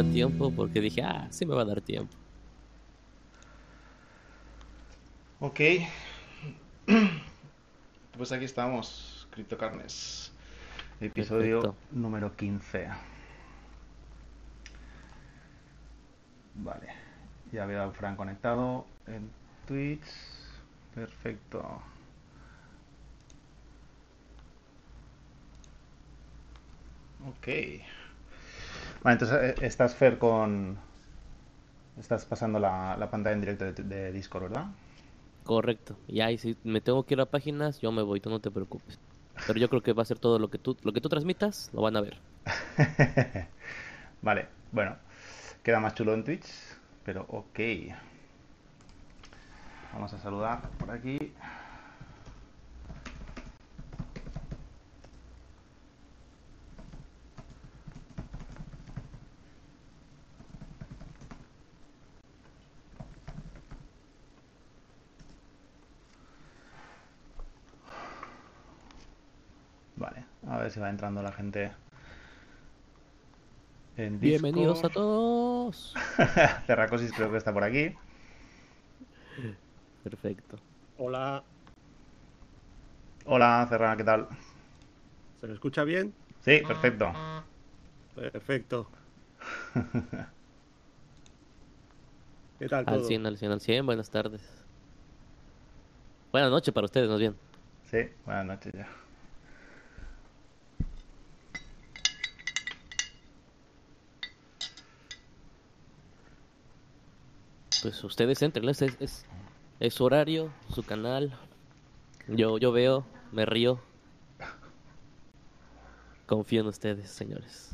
da tiempo porque dije, sí me va a dar tiempo. Ok, pues aquí estamos, Criptocarnes. Episodio Perfecto. número 15. Vale, ya veo a Fran conectado en Twitch. Perfecto. Ok. Vale, entonces estás Fer con... Estás pasando la pantalla en directo de Discord, ¿verdad? Correcto. Y ahí si me tengo que ir a páginas, yo me voy, tú no te preocupes. Pero yo creo que va a ser todo lo que tú transmitas, lo van a ver. Vale, bueno, queda más chulo en Twitch, pero ok. Vamos a saludar por aquí. Vale, a ver si va entrando la gente en Bienvenidos Discord. a todos. Terracosis creo que está por aquí. Perfecto. Hola, Hola, Cerra, ¿qué tal? ¿se me escucha bien? Sí, perfecto. Perfecto. ¿Qué tal Al todo? 100, al 100, al 100. Buenas tardes. Buenas noches para ustedes, más bien. Sí, buenas noches ya. Pues ustedes entren, es su horario, su canal. Yo veo, me río. Confío en ustedes, señores.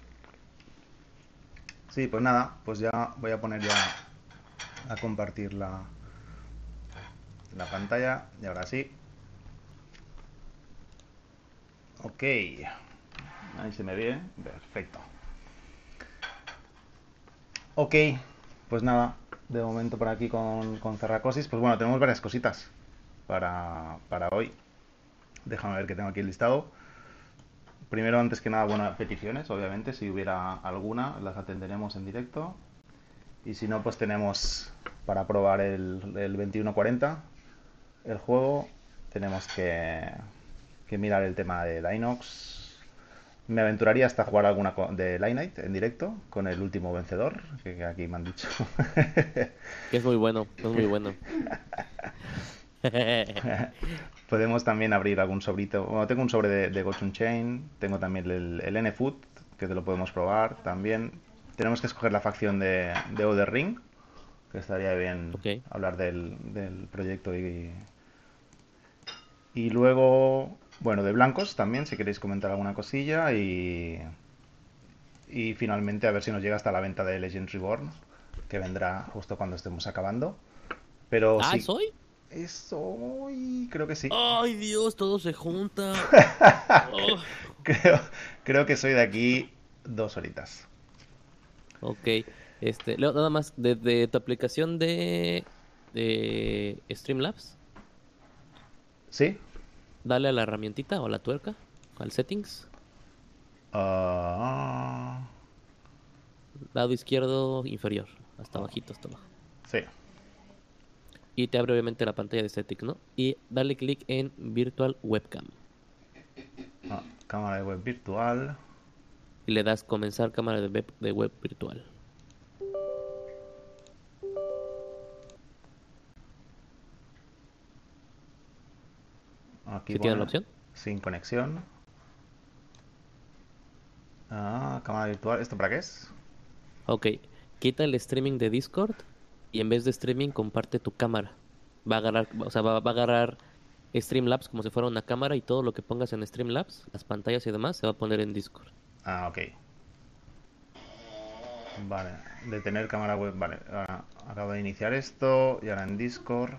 Sí, pues nada, pues ya voy a poner ya a compartir la pantalla y ahora sí. Ok, ahí se me ve, perfecto. Ok, pues nada, de momento por aquí con Cerracosis, pues bueno, tenemos varias cositas para hoy. Déjame ver que tengo aquí el listado. Primero, antes que nada, bueno, peticiones, obviamente, si hubiera alguna, las atenderemos en directo. Y si no, pues tenemos para probar el 2140, el juego, tenemos que mirar el tema de Linux. Me aventuraría hasta jugar alguna de Lineage en directo con el último vencedor, que aquí me han dicho. Que es muy bueno, es muy bueno. Podemos también abrir algún sobrito. Bueno, tengo un sobre de Ghost Chain, tengo también el NFood, que te lo podemos probar también. Tenemos que escoger la facción de Other Ring, que estaría bien Ok. hablar del proyecto y luego, bueno, de blancos también, si queréis comentar alguna cosilla y finalmente a ver si nos llega hasta la venta de Legends Reborn, que vendrá justo cuando estemos acabando. Pero Ah, sí, ¿soy? eso creo que sí. Ay, Dios, todo se junta. Oh. Creo, creo que soy de aquí 2 horitas. Ok. Leo, nada más, desde tu aplicación de Streamlabs, ¿Sí? dale a la herramientita o a la tuerca, al settings, Ah, lado izquierdo inferior, hasta ah, bajito, hasta abajo. sí. Y te abre obviamente la pantalla de settings, ¿no? Y dale clic en Virtual Webcam. Ah, cámara de web virtual. Y le das comenzar cámara de web virtual. Aquí ¿Sí tiene la pone opción? sin conexión. Ah, cámara virtual. ¿Esto para qué es? Ok. Quita el streaming de Discord y en vez de streaming comparte tu cámara. Va a agarrar, o sea, va a agarrar Streamlabs como si fuera una cámara y todo lo que pongas en Streamlabs, las pantallas y demás, se va a poner en Discord. Ah, ok. Vale. Detener cámara web. Vale. Ahora acabo de iniciar esto. Y ahora en Discord.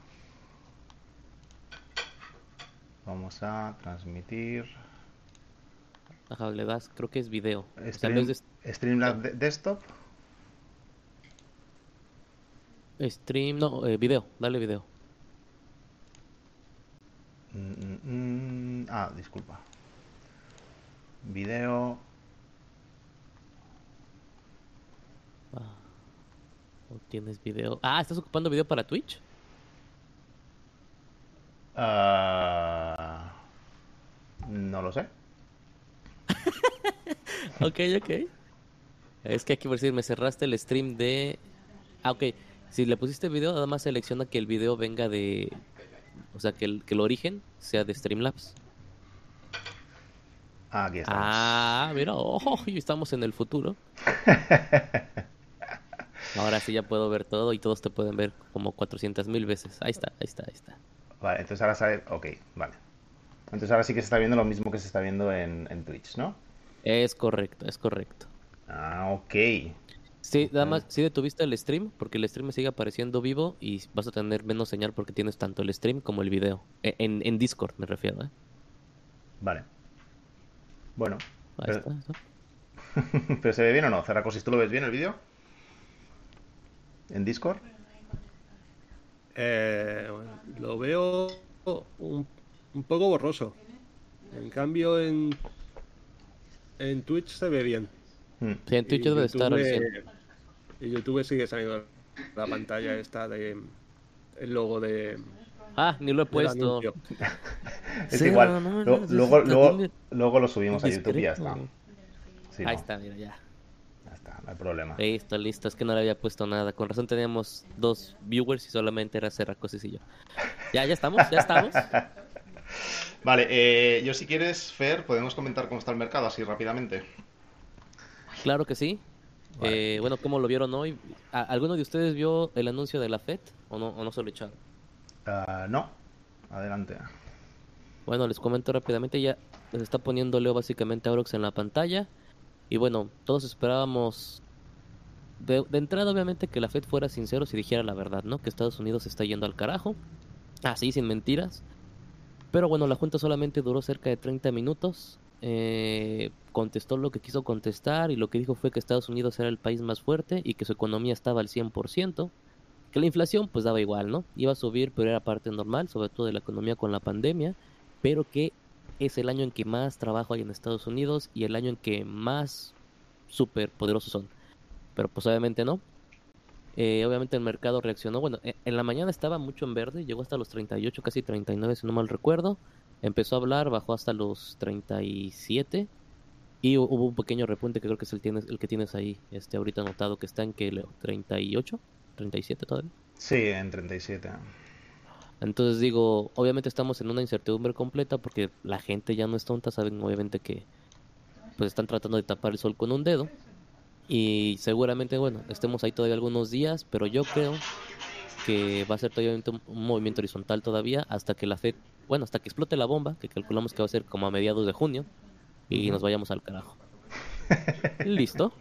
Vamos a transmitir. Ajá, le das, creo que es video. O sea, en vez Stream, de Streamlabs Desktop. stream, no, video, dale video. Disculpa. Video. ¿O tienes video? Ah, ¿estás ocupando video para Twitch? Ah, no lo sé. Ok, ok. Es que aquí por decir, me cerraste el stream de... Ah, ok. Si le pusiste video, nada más selecciona que el video venga de... O sea, que el origen sea de Streamlabs. Aquí estamos. Ah, mira, ojo, y estamos en el futuro. Ahora sí ya puedo ver todo y todos te pueden ver como 400.000 veces. Ahí está, ahí está, ahí está. Vale, entonces ahora sale. Ok, vale. Entonces ahora sí que se está viendo lo mismo que se está viendo en Twitch, ¿no? Es correcto, es correcto. Ah, ok. Sí, Ok. nada más, sí detuviste el stream, porque el stream me sigue apareciendo vivo y vas a tener menos señal porque tienes tanto el stream como el video. En Discord me refiero, ¿eh? Vale. Bueno. Ahí Pero, está, ahí está. ¿pero se ve bien o no? Cerracosis, ¿tú lo ves bien el vídeo? ¿En Discord? Bueno, lo veo un poco borroso. En cambio, en Twitch se ve bien. Hmm. Sí, en Twitch Y debe de estar al 100. YouTube sigue saliendo la pantalla esta de el logo Ah, ni lo he del puesto. anuncio. Es igual. Cero, no, Luego, no, luego, está luego, luego lo subimos a YouTube y ya está. indiscreto. Sí, Ahí no. está, mira, ya. Ya está, no hay problema. Listo, listo. Es que no le había puesto nada. Con razón teníamos dos viewers y solamente era Serracosis y yo. Ya, ya estamos, ya estamos. Vale, yo si quieres, Fer, podemos comentar cómo está el mercado así rápidamente. Claro que sí. Vale. Bueno, ¿cómo lo vieron hoy? ¿Alguno de ustedes vio el anuncio de la Fed o no se lo echaron? Ah, no, adelante. Bueno, les comento rápidamente. Ya les está poniendo Leo básicamente Aurox en la pantalla. Y bueno, todos esperábamos de entrada, obviamente, que la Fed fuera sincero y dijera la verdad, ¿no? Que Estados Unidos se está yendo al carajo. Así, sin mentiras. Pero bueno, la junta solamente duró cerca de 30 minutos. Contestó lo que quiso contestar y lo que dijo fue que Estados Unidos era el país más fuerte y que su economía estaba al 100%, que la inflación pues daba igual, ¿no? Iba a subir, pero era parte normal, sobre todo de la economía con la pandemia, pero que es el año en que más trabajo hay en Estados Unidos y el año en que más superpoderosos son. Pero pues obviamente no. Obviamente el mercado reaccionó. Bueno, en la mañana estaba mucho en verde, llegó hasta los 38, casi 39, si no mal recuerdo. Empezó a hablar, bajó hasta los 37 y hubo un pequeño repunte que creo que es el que tienes ahí, ahorita anotado, que está en que, Leo, 38, 37 todavía. Sí, en 37. Entonces digo, obviamente estamos en una incertidumbre completa porque la gente ya no es tonta, saben obviamente que pues están tratando de tapar el sol con un dedo y seguramente, bueno, estemos ahí todavía algunos días, pero yo creo que va a ser todavía un movimiento horizontal todavía hasta que la Fed, bueno, hasta que explote la bomba, que calculamos que va a ser como a mediados de junio y Ujú. nos vayamos al carajo. ¿Listo?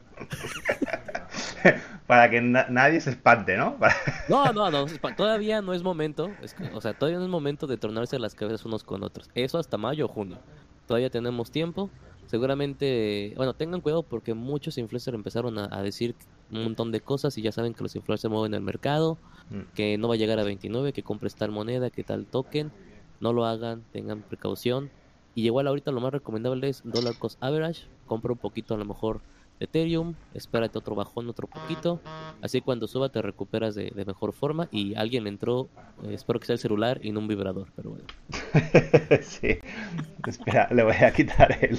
Para que nadie se espante, ¿no? No, no, no, todavía no es momento, o sea, todavía no es momento de tronarse las cabezas unos con otros. Eso hasta mayo o junio. Todavía tenemos tiempo. Seguramente, bueno, tengan cuidado porque muchos influencers empezaron a decir un montón de cosas y ya saben que los influencers mueven el mercado, Mm. que no va a llegar a 29, que compres tal moneda, que tal token. No lo hagan, tengan precaución. Y igual ahorita lo más recomendable es dollar cost average. Compra un poquito a lo mejor de Ethereum, espérate otro bajón, otro poquito. Así cuando suba te recuperas de mejor forma y alguien entró, espero que sea el celular y no un vibrador, pero bueno. Sí. Espera, le voy a quitar el.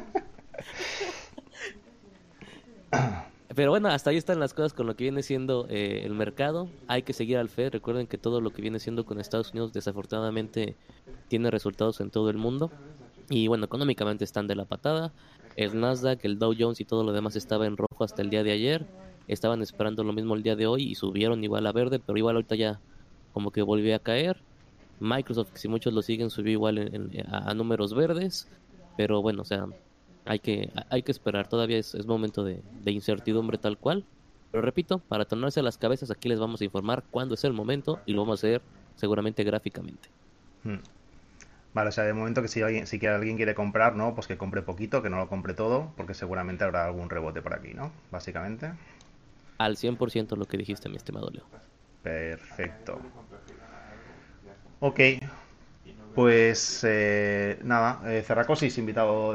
Pero bueno, hasta ahí están las cosas con lo que viene siendo el mercado. Hay que seguir al Fed. Recuerden que todo lo que viene siendo con Estados Unidos desafortunadamente tiene resultados en todo el mundo. Y bueno, económicamente están de la patada. El Nasdaq, el Dow Jones y todo lo demás estaba en rojo hasta el día de ayer. Estaban esperando lo mismo el día de hoy y subieron igual a verde, pero igual ahorita ya como que volvió a caer. Microsoft, que si muchos lo siguen, subió igual a números verdes. Pero bueno, o sea, hay que esperar. Todavía es momento de incertidumbre tal cual. Pero repito, para tornarse las cabezas, aquí les vamos a informar cuándo es el momento y lo vamos a hacer seguramente gráficamente. Mm. Vale, o sea, de momento que si que alguien quiere comprar, ¿no? Pues que compre poquito, que no lo compre todo, porque seguramente habrá algún rebote por aquí, ¿no? Básicamente. Al 100% lo que dijiste, mi estimado Leo. Perfecto. Ok, pues nada, Cerracosis, invitado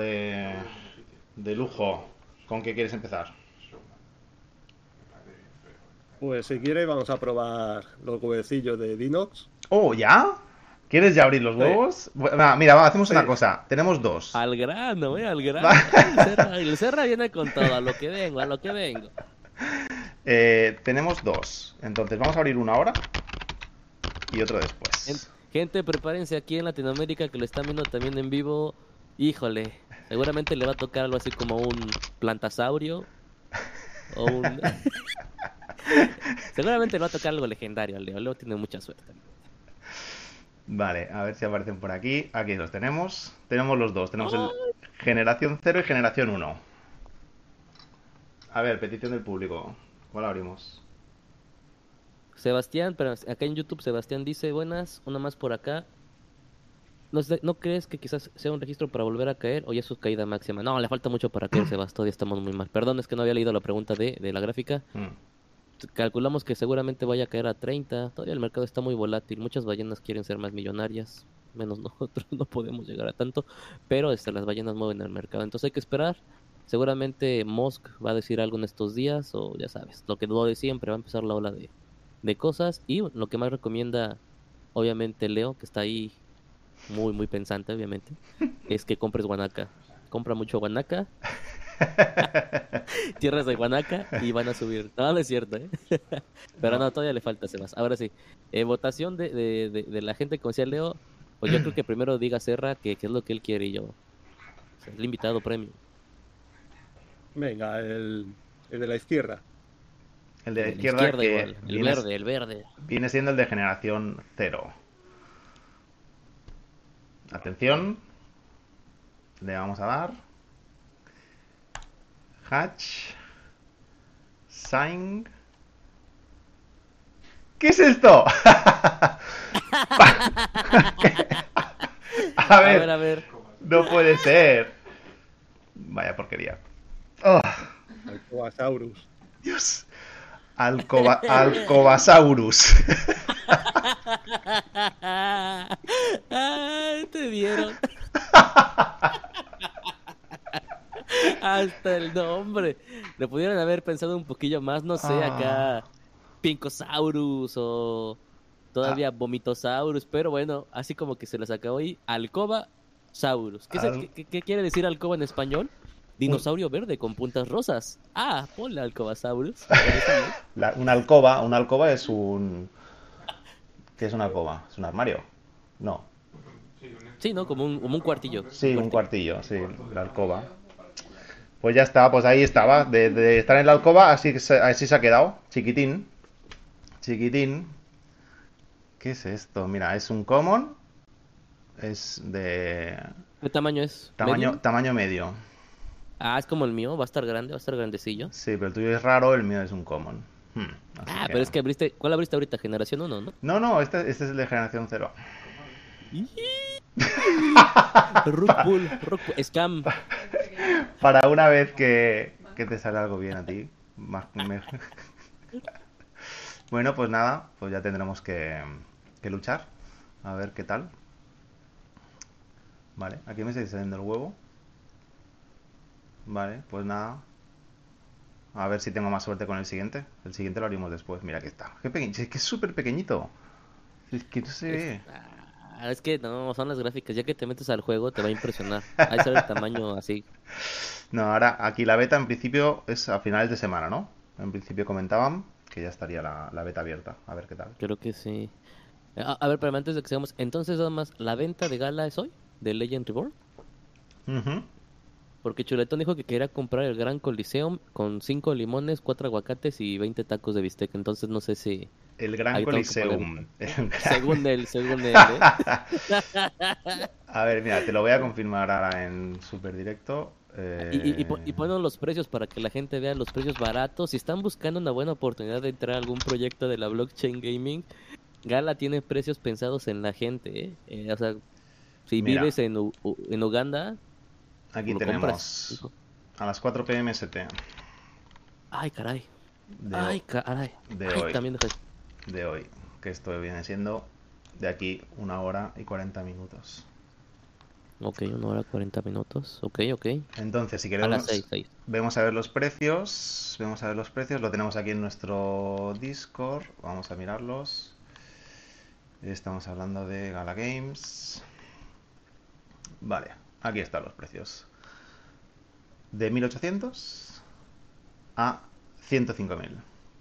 de lujo. ¿Con qué quieres empezar? Pues si quieres vamos a probar los huevecillos de Dinox. Oh, ¿ya? ¿Quieres ya abrir los Sí. huevos? Mira, hacemos Sí. una cosa. Tenemos dos. Al grano, al grano. El Serra viene con todo, a lo que vengo, a lo que vengo. Tenemos dos. Entonces vamos a abrir uno ahora y otro después. Gente, prepárense aquí en Latinoamérica que lo están viendo también en vivo. Híjole, seguramente le va a tocar algo así como un plantasaurio o un... Seguramente le va a tocar algo legendario al Leo. Leo tiene mucha suerte. Vale, a ver si aparecen por aquí. Aquí los tenemos. Tenemos los dos. Tenemos el generación 0 y generación 1. A ver, petición del público. ¿Cuál abrimos? Sebastián, pero acá en YouTube Sebastián dice, buenas, una más por acá. ¿No crees que quizás sea un registro para volver a caer o ya es su caída máxima? No, le falta mucho para caer, Sebastián, todavía estamos muy mal. Perdón, es que no había leído la pregunta de la gráfica. Calculamos que seguramente vaya a caer a 30. Todavía el mercado está muy volátil. Muchas ballenas quieren ser más millonarias. Menos nosotros no podemos llegar a tanto. Pero las ballenas mueven el mercado. Entonces hay que esperar. Seguramente Musk va a decir algo en estos días. O ya sabes, lo de siempre. Va a empezar la ola de cosas. Y lo que más recomienda, obviamente, Leo, que está ahí muy, muy pensante, obviamente, es que compres guanaca. Compra mucho guanaca. Tierras de guanaca y van a subir. No, no es cierto, ¿eh? Pero no, todavía le falta, Sebas. Ahora sí, votación de la gente, como decía Leo, pues yo creo que primero diga Serra que es lo que él quiere y yo. O sea, el invitado premio. Venga, el de la izquierda. El de la La izquierda, que igual, el verde. viene siendo el de generación 0. Atención. Le vamos a dar. Hatch. Sign. ¿Qué es esto? A ver. No puede ser. Vaya porquería. Oh, Alcobasaurus. Dios. Alcobasaurus. Ay, te dieron. Hasta el nombre. Le pudieron haber pensado un poquillo más, no sé, acá Pincosaurus o todavía Vomitosaurus, pero bueno, así como que se les acabó ahí. Alcobasaurus. ¿Qué quiere decir alcoba en español? Dinosaurio verde con puntas rosas. Ah, ponle Alcobasaurus. Una alcoba es un... ¿Qué es una alcoba? ¿Es un armario? No. Sí, ¿no? Como un cuartillo. Sí, un cuartillo, sí, la alcoba. Pues ya está, pues ahí estaba. De estar en la alcoba, así se ha quedado. Chiquitín. Chiquitín. ¿Qué es esto? Mira, es un common. Es de... ¿Qué tamaño es? Tamaño medio. Ah, es como el mío, va a estar grande, va a estar grandecillo. Sí, pero el tuyo es raro, el mío es un common. Pero es que abriste... ¿Cuál abriste ahorita? Generación 1, ¿no? No, este es el de generación 0. Rockpool, Scam. Para una vez que te sale algo bien a ti. Bueno, pues nada, pues ya tendremos que luchar. A ver qué tal. Vale, aquí me está saliendo el huevo. Vale, pues nada. A ver si tengo más suerte con el siguiente. El siguiente lo haremos después. Mira que está. Qué pequeño. Es que es súper pequeñito. Es que no se ve. Es que no, son las gráficas. Ya que te metes al juego te va a impresionar. Ahí sale el tamaño así. No, ahora aquí la beta en principio es a finales de semana, ¿no? En principio comentaban que ya estaría la beta abierta. A ver qué tal. Creo que sí. A ver, pero antes de que sigamos, entonces nada más, ¿la venta de gala es hoy? ¿De Legend Reborn? Porque Chuletón dijo que quería comprar el Gran Coliseum con 5 limones, 4 aguacates y 20 tacos de bistec. Entonces no sé si... El Gran Coliseum. Según él, A ver, mira, te lo voy a confirmar ahora en super directo. Y ponen los precios para que la gente vea los precios baratos. Si están buscando una buena oportunidad de entrar a algún proyecto de la blockchain gaming, Gala tiene precios pensados en la gente, ¿eh? O sea, si Mira, vives en Uganda, aquí lo tenemos compras. a las 4 p.m. ST Ay, caray. de, Ay, caray. de Ay, hoy. también De hoy. Que esto viene siendo de aquí 1 hora y 40 minutos. Ok, 1 hora 40 minutos. Ok. Entonces, si A las queremos, 6. vemos a ver los precios. Vemos a ver los precios. Lo tenemos aquí en nuestro Discord. Vamos a mirarlos. Estamos hablando de Gala Games. Vale, aquí están los precios. De 1.800 a 105.000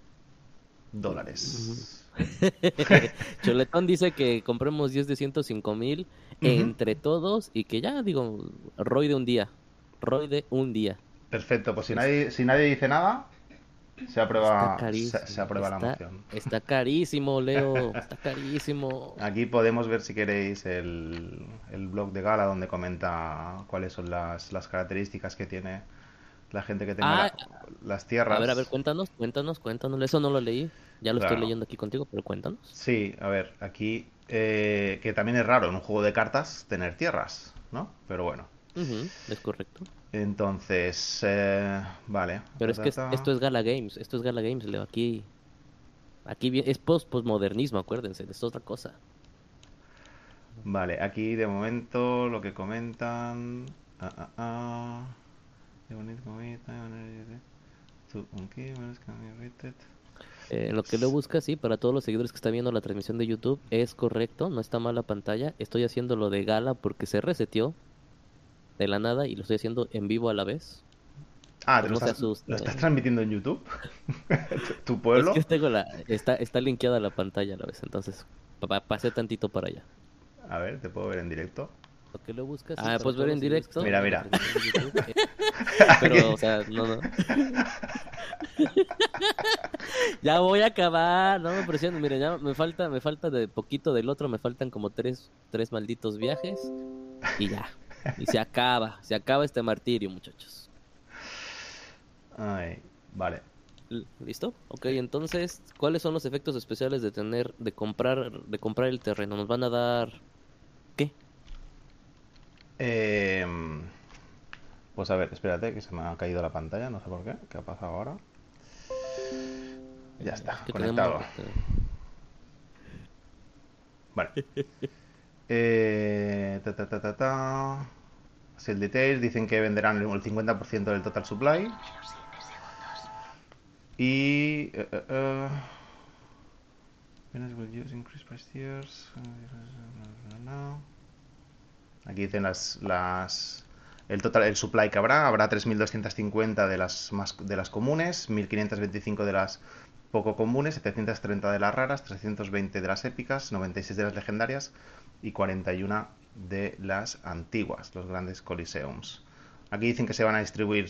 dólares. Choletón dice que compremos 10 de 105,000 Ujú. entre todos y que ya, digo, ROI de un día. ROI de un día. Perfecto, pues si Es- nadie dice nada, Está se carísimo. aprueba la moción. Está carísimo, Leo. Está carísimo. Aquí podemos ver si queréis el blog de Gala donde comenta cuáles son las características que tiene la gente que tenga Ah, las a ver, tierras. cuéntanos. Eso no lo leí. Ya lo estoy Claro. leyendo aquí contigo, pero cuéntanos. Sí, a ver, aquí que también es raro en un juego de cartas tener tierras, ¿no? Pero bueno. Ujú, es correcto. Entonces, vale. Pero Ta, es que ta, ta. esto es Gala Games. Esto es Gala Games, Leo. Es postmodernismo, acuérdense. Es otra cosa. Vale, aquí de momento lo que comentan. The bonito comita, to ungiven, can be rated. Lo que Leo busca, sí, para todos los seguidores que están viendo la transmisión de YouTube, es correcto. No está mal la pantalla. Estoy haciendo lo de Gala porque se reseteó de la nada y lo estoy haciendo en vivo a la vez. Ah, Pues no se lo estás asusten. transmitiendo en YouTube? ¿Tu Es pueblo? que está linkeada la pantalla a la vez, entonces pasé tantito para allá. A ver, te puedo ver en directo. Lo que lo buscas, sí, puedes ver en directo Mira, la mira. transmisión de YouTube. Pero, Aquí. o sea, no. Ya voy a acabar, no me presiones, mire, ya me falta de poquito del otro, me faltan como tres malditos viajes y ya. Y se acaba este martirio, muchachos. Ay, vale. ¿Listo? Ok, entonces, ¿cuáles son los efectos especiales de comprar el terreno? ¿Nos van a dar qué? Em, pues a ver, espérate, que se me ha caído la pantalla, no sé por qué. ¿Qué ha pasado ahora? Ya está, Es que tenemos. conectado. Vale. Ta, ta, ta, ta, ta. Sell details, dicen que venderán el 50% del total supply. Y. Winners will use increased price tiers. Aquí dicen el supply que habrá 3.250 de las comunes, 1.525 de las poco comunes, 730 de las raras, 320 de las épicas, 96 de las legendarias y 41 de las antiguas, los grandes coliseums. Aquí dicen que se van a distribuir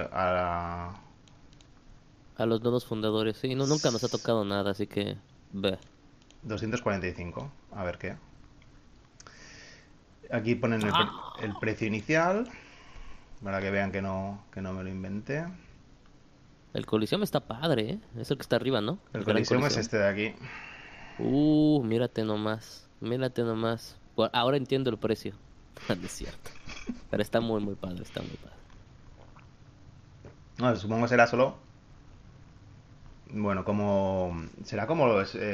A los nuevos fundadores, sí, no, nunca nos ha tocado nada, así que ve. 245. A ver qué. Aquí ponen Ah, el precio inicial, para que vean que no me lo inventé. el Coliseum está padre, ¿eh? Es el que está arriba, ¿no? El El Gran Coliseum es Coliseum. este de aquí. Mírate nomás, mírate nomás. Ahora entiendo el precio. No es cierto. Pero está muy, muy padre, está muy padre. No, supongo que será solo. Bueno, será como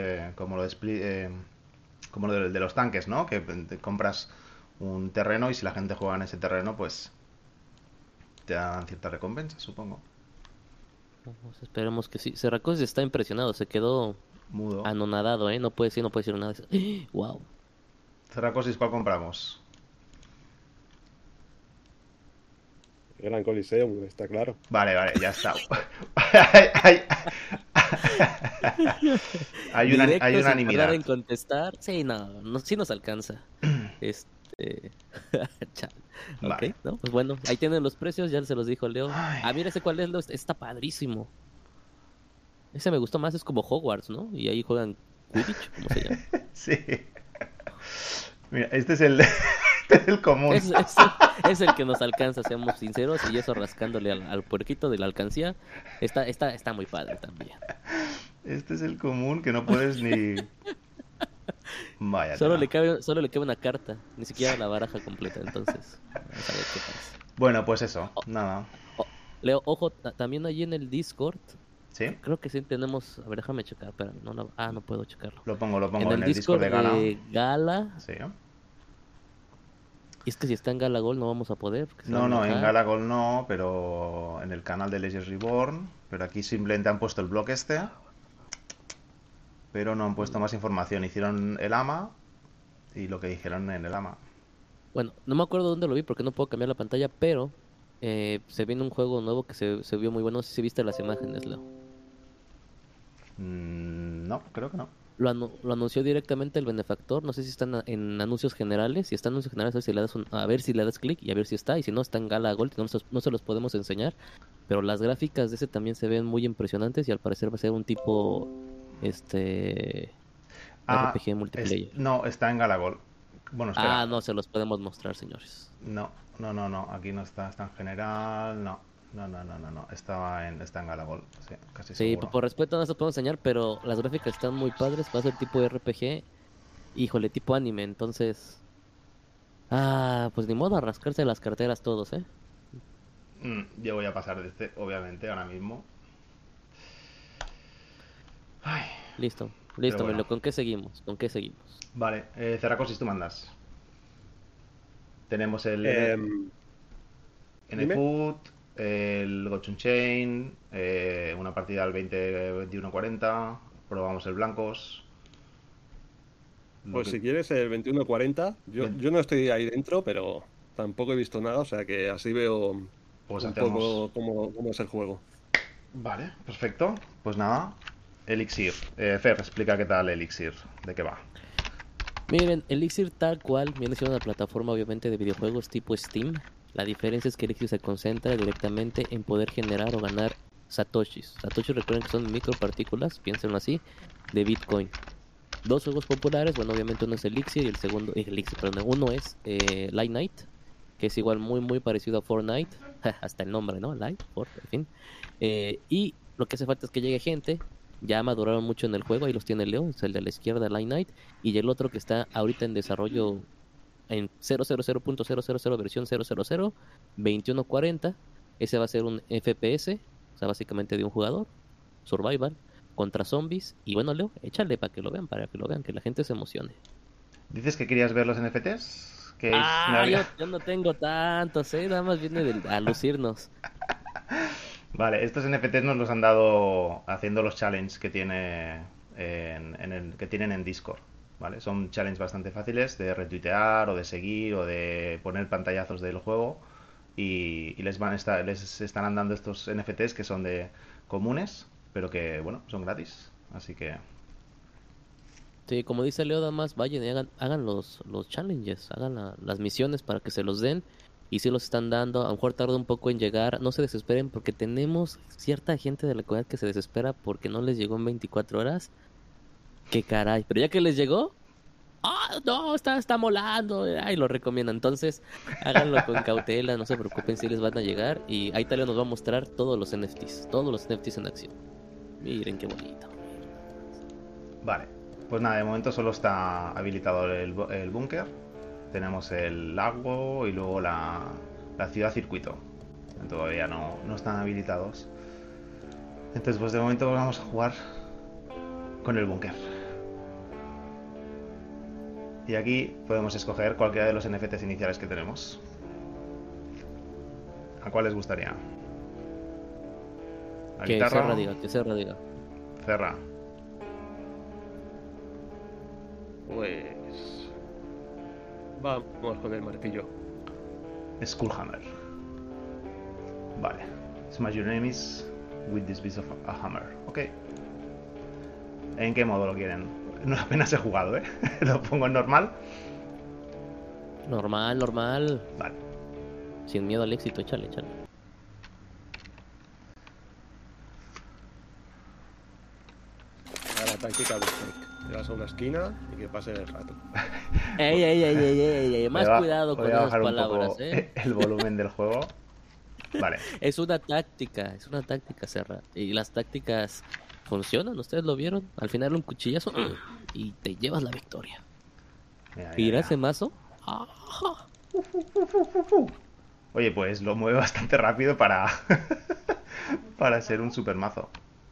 como lo de los tanques, ¿no? Que te compras un terreno y si la gente juega en ese terreno, pues te dan cierta recompensa, supongo. Esperemos que sí. Serracos está impresionado, se quedó Mudo. anonadado, ¿eh? No puede decir nada. Wow. Cerracosis, ¿cuál compramos? Gran Coliseum, está claro. Vale, ya está. hay, hay Directo sin tardar unanimidad. en contestar. Sí, no, sí nos alcanza. Este. Chale. Ok, Vale. ¿no? Pues bueno, ahí tienen los precios, ya se los dijo Leo. Ay, Ah, mira ese cuál es, Leo. Está padrísimo. Ese me gustó más, es como Hogwarts, ¿no? Y ahí juegan Quidditch, ¿cómo se llama? sí. Mira, este es el, este es el común. Es el que nos alcanza, seamos sinceros, y eso rascándole al puerquito de la alcancía. Está muy padre también. Este es el común que no puedes ni. Vaya tela. Solo le cabe una carta, ni siquiera la baraja completa, entonces. Vamos a ver qué pasa. Bueno, pues eso, nada. Oh, Leo, ojo, también allí en el Discord, ¿Sí? creo que sí tenemos. A ver, déjame checar, pero no puedo checarlo. Lo En pongo el en el Discord Discord de Gala. de Gala, Sí. Y es que si está en Galagol no vamos a poder, porque se va a No, en enojar. Galagol no, pero en el canal de Legends Reborn. Pero aquí simplemente han puesto el bloque este, pero no han puesto Mm. más información. Hicieron el AMA y lo que dijeron en el AMA. Bueno, no me acuerdo dónde lo vi porque no puedo cambiar la pantalla, pero se viene un juego nuevo que se vio muy bueno. No sé si viste las imágenes, Leo. No, creo que no. Lo anunció directamente el benefactor. No sé si están en anuncios generales. Si está en anuncios generales, a ver si le das clic y a ver si está. Y si no, está en Gala Gold. No se los podemos enseñar. Pero las gráficas de ese también se ven muy impresionantes y al parecer va a ser un tipo, este, Ah, RPG multiplayer. no, está en Galagol. Bueno, espera. Ah, no se los podemos mostrar, señores. No, no. Aquí no está. Está en general. No. Está en Galagol. Sí, casi Sí, seguro. por respeto no se los puedo enseñar, pero las gráficas están muy padres. Va a ser tipo RPG. Híjole, tipo anime. Entonces, pues ni modo a rascarse las carteras todos, ¿eh? Yo voy a pasar de este, obviamente, ahora mismo. Ay, Listo, pero listo, bueno. Melo. ¿Con qué seguimos? ¿Con qué seguimos? Vale, Zeracosis, tú mandas. Tenemos el Em, dime. NFoot, el Gochun Chain, una partida al 20-21-40. Probamos el blancos. Lo Pues que, si quieres el 21:40, ven, yo no estoy ahí dentro, pero tampoco he visto nada, o sea que así veo pues un hacemos. poco cómo es el juego. Vale, perfecto. Pues nada, Elixir. Fer, explica qué tal Elixir, de qué va. Miren, Elixir tal cual viene siendo una plataforma obviamente de videojuegos tipo Steam. La diferencia es que Elixir se concentra directamente en poder generar o ganar satoshis. Satoshis recuerden que son micropartículas, piénsenlo así, de Bitcoin. Dos juegos populares, bueno, obviamente uno es Elixir y el segundo, Elixir, perdón, uno es Light Knight, que es igual muy parecido a Fortnite, hasta el nombre, ¿no? Light, Fort, en fin. Y lo que hace falta es que llegue gente, ya maduraron mucho en el juego, ahí los tiene Leo, es el de la izquierda, Light Knight, y el otro que está ahorita en desarrollo en 000.000 versión 000 2140, ese va a ser un FPS, o sea, básicamente de un jugador, survival, contra zombies, y bueno, Leo, échale para que lo vean, que la gente se emocione. ¿Dices que querías ver los NFTs? Me había... Yo no tengo tantos, nada más viene a lucirnos. Vale, estos NFTs nos los han dado haciendo los challenges que tiene que tienen en Discord. ¿Vale? Son challenges bastante fáciles de retuitear o de seguir o de poner pantallazos del juego y les están dando estos NFTs que son de comunes, pero que bueno, son gratis. Así que Sí, como dice Leo, nada más vayan y hagan los challenges, hagan las misiones para que se los den. Y si los están dando, a lo mejor tarda un poco en llegar, no se desesperen porque tenemos cierta gente de la comunidad que se desespera porque no les llegó en 24 horas. Qué caray, pero ya que les llegó, no, está molando, ay, lo recomiendo. Entonces, háganlo con cautela, no se preocupen si les van a llegar. Y ahí tal vez nos va a mostrar todos los NFTs en acción. Miren qué bonito. vale, pues nada, de momento solo está habilitado el búnker. Tenemos el lago y luego la ciudad circuito. Todavía no están habilitados. Entonces, pues de momento vamos a jugar con el búnker. Y aquí podemos escoger cualquiera de los NFTs iniciales que tenemos. ¿A cuál les gustaría? ¿La Que Serra guitarra? diga, que Serra diga. Cerra. Pues vamos con el martillo. Skullhammer. Vale. Smash your enemies with this piece of a hammer. Ok. ¿En qué modo lo quieren? No apenas he jugado, ¿eh? Lo pongo en normal. Normal, normal. Vale. Sin miedo al éxito, échale. A la táctica de Snake. Te vas a una esquina y que pase el rato. Ey, Voy más a, cuidado voy con a esas bajar un palabras, poco el volumen del juego. Vale. Es una táctica, Serra. Y las tácticas funcionan, ¿ustedes lo vieron? Al final un cuchillazo y te llevas la victoria. ¿Irá ese Mira. mazo? Ajá. Oye, pues lo mueve bastante rápido para, para ser un super mazo.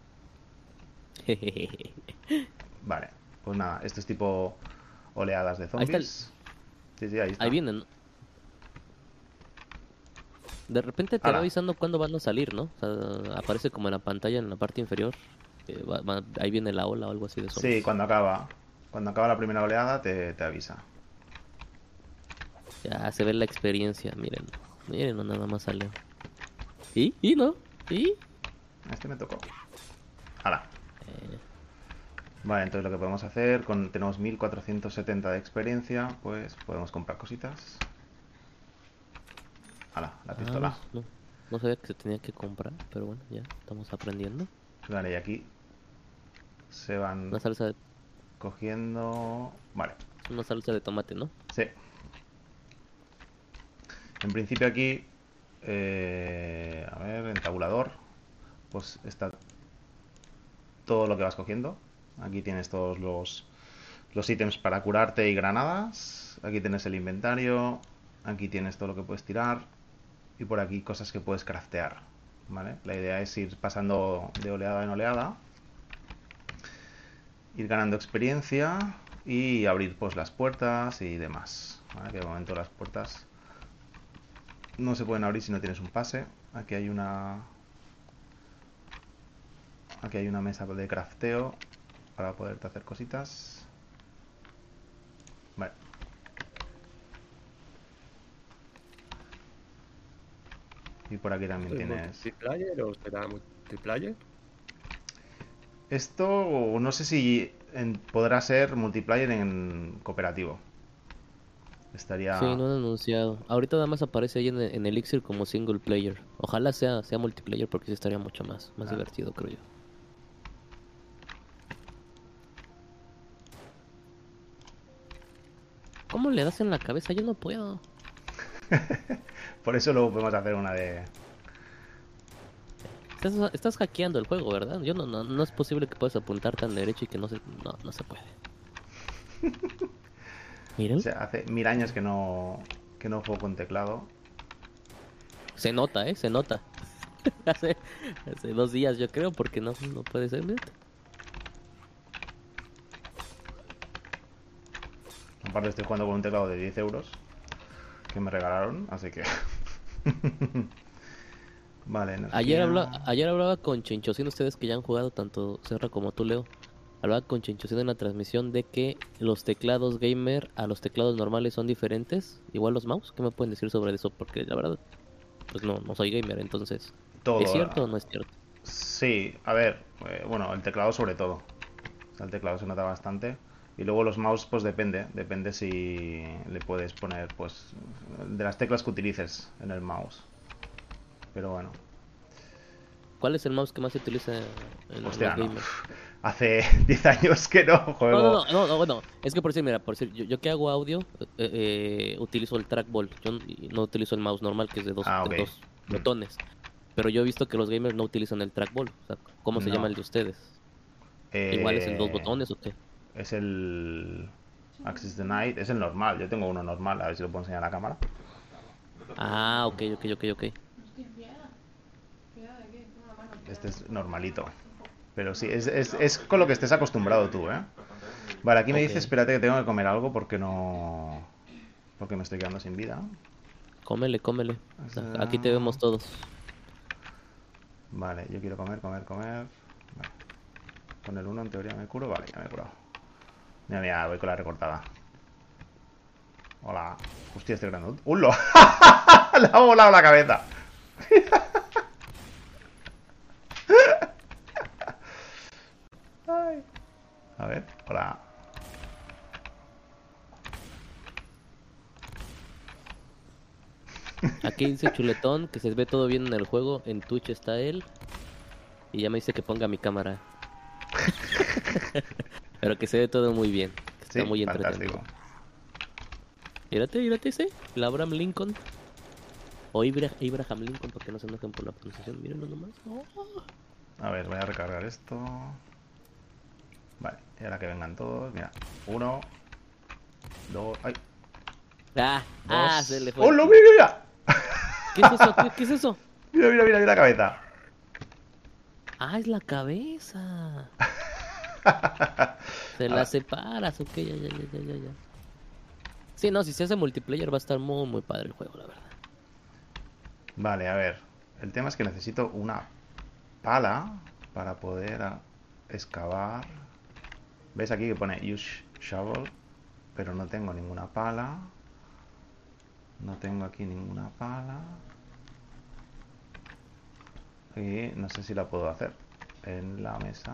Vale, pues nada, esto es tipo oleadas de Ahí está zombies. Sí, ahí ahí está. vienen. De repente te va Hala. avisando cuándo van a salir, ¿no? O sea, aparece como en la pantalla en la parte inferior. Ahí viene la ola o algo así de Sí, zombies. cuando acaba la primera oleada te avisa. Ya se ve la experiencia, miren. Miren, no nada más sale. ¿Y no? ¿Y? Este me tocó. Hala. Eh, Vale, entonces lo que podemos hacer, tenemos 1470 de experiencia, pues podemos comprar cositas. Hala, la pistola. pues no. No sabía que se tenía que comprar, pero bueno, ya estamos aprendiendo. Vale, y aquí se van Una salsa de, cogiendo... Vale, es una salsa de tomate, ¿no? sí. En principio aquí, a ver, en tabulador, pues está todo lo que vas cogiendo. Aquí tienes todos los ítems para curarte y granadas. Aquí tienes el inventario. Aquí tienes todo lo que puedes tirar. Y por aquí cosas que puedes craftear. ¿Vale? La idea es ir pasando de oleada en oleada. Ir ganando experiencia. Y abrir pues las puertas y demás. ¿Vale? Que de momento las puertas no se pueden abrir si no tienes un pase. Aquí hay una mesa de crafteo para poderte hacer cositas. Vale. Y por aquí también ¿Es tienes... multiplayer o será multiplayer? Esto no sé si podrá ser multiplayer en cooperativo. Sí, Estaría... no han anunciado. Ahorita nada más aparece ahí en Elixir como single player. Ojalá sea multiplayer porque sí estaría mucho más ah, divertido, creo yo. ¿Cómo le das en la cabeza? Yo no puedo. Por eso luego podemos hacer una de... Estás hackeando el juego, ¿verdad? Yo no es posible que puedas apuntar tan derecho y que no se puede. O Miren, sea, hace 1000 años que no juego con teclado. se nota, se nota. Hace, hace 2 días yo creo, porque no puede ser, mira. Aparte estoy jugando con un teclado de 10 euros que me regalaron, así que... Vale, energía... Ayer hablaba con Chinchosín, ustedes que ya han jugado tanto Serra como tú, Leo. Hablaba con Chinchosín en la transmisión de que los teclados gamer a los teclados normales son diferentes, igual los mouse. ¿Qué me pueden decir sobre eso? Porque la verdad, pues no soy gamer, entonces, ¿es Todo. cierto o no es cierto? Sí, a ver, bueno, el teclado sobre todo. O sea, el teclado se nota bastante. Y luego los mouse, pues depende si le puedes poner, pues, de las teclas que utilices en el mouse. Pero bueno, ¿Cuál es el mouse que más se utiliza en los hostia, no. gamers? Hace 10 años que no No, no, juego. no, bueno, es que por decir, mira, por decir, yo que hago audio, utilizo el trackball, no utilizo el mouse normal, que es de dos, Ah, de ok. dos Mm, botones, pero yo he visto que los gamers no utilizan el trackball, o sea, ¿cómo se llama no. el de ustedes? ¿Igual es el dos Eh, botones o qué? es el Access Denied, es el normal. Yo tengo uno normal, a ver si lo puedo enseñar a la cámara. Ah, ok. Este es normalito. Pero sí, es con lo que estés acostumbrado tú, ¿eh? Vale, aquí me Ok, dice, espérate que tengo que comer algo porque no... Porque me estoy quedando sin vida. cómele. O sea, Aquí te vemos todos. vale, yo quiero comer. Vale. Con el uno en teoría me curo. Vale, ya me he curado. Mira, voy con la recortada. Hola. Hostia, estoy grande. ¡Hullo! Le ha volado la cabeza. Ay. A ver, hola. Aquí dice Chuletón que se ve todo bien en el juego, en Twitch está él, y ya me dice que ponga mi cámara, pero que se ve todo muy bien, que está Sí, muy fantástico. entretenido. Mírate ese, el Abraham Lincoln. O Abraham Lincoln, porque no se enojen por la pronunciación. Mírenlo nomás. Oh. A ver, voy a recargar esto. Vale, y ahora que vengan todos. Mira, uno, dos, ay, Se le dos. fue ¡Oh, el no, tiro. mira, mira! ¿Qué es eso? ¿Qué es eso? Mira la cabeza. Es la cabeza. Se la Ahora, separas, ok, ya. Sí, no, si se hace multiplayer va a estar muy padre el juego, la verdad. Vale, a ver. El tema es que necesito una pala para poder excavar. ¿Ves aquí que pone use shovel? Pero no tengo ninguna pala. No tengo aquí ninguna pala. Y no sé si la puedo hacer en la mesa.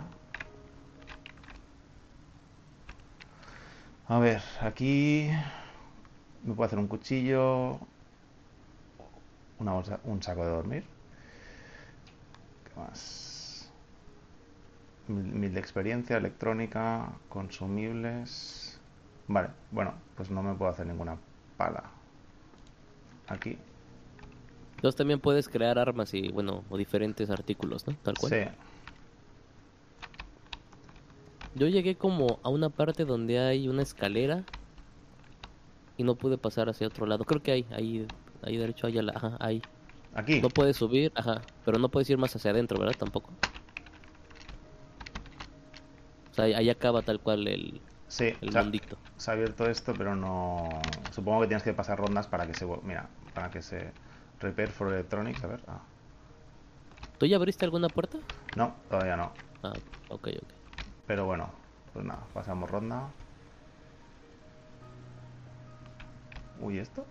A ver, aquí me puedo hacer un cuchillo, una bolsa, un saco de dormir. ¿Qué más? 1000 de experiencia, electrónica, consumibles. Vale, bueno, pues no me puedo hacer ninguna pala. Aquí. Entonces también puedes crear armas y, bueno, o diferentes artículos, ¿no? Tal cual. Sí. Yo llegué como a una parte donde hay una escalera y no pude pasar hacia otro lado. Creo que ahí derecho, hay ajá, ahí. Aquí. No puedes subir, ajá, pero no puedes ir más hacia adentro, ¿verdad? Tampoco. O sea, ahí acaba tal cual Sí, el mundito. se ha abierto esto, pero no. Supongo que tienes que pasar rondas para que se. Mira, para que se. Repair for Electronics, a ver. Ah. ¿Tú ya abriste alguna puerta? No, todavía no. Ah, ok, ok. Pero bueno, pues nada, pasamos ronda. Uy, ¿esto?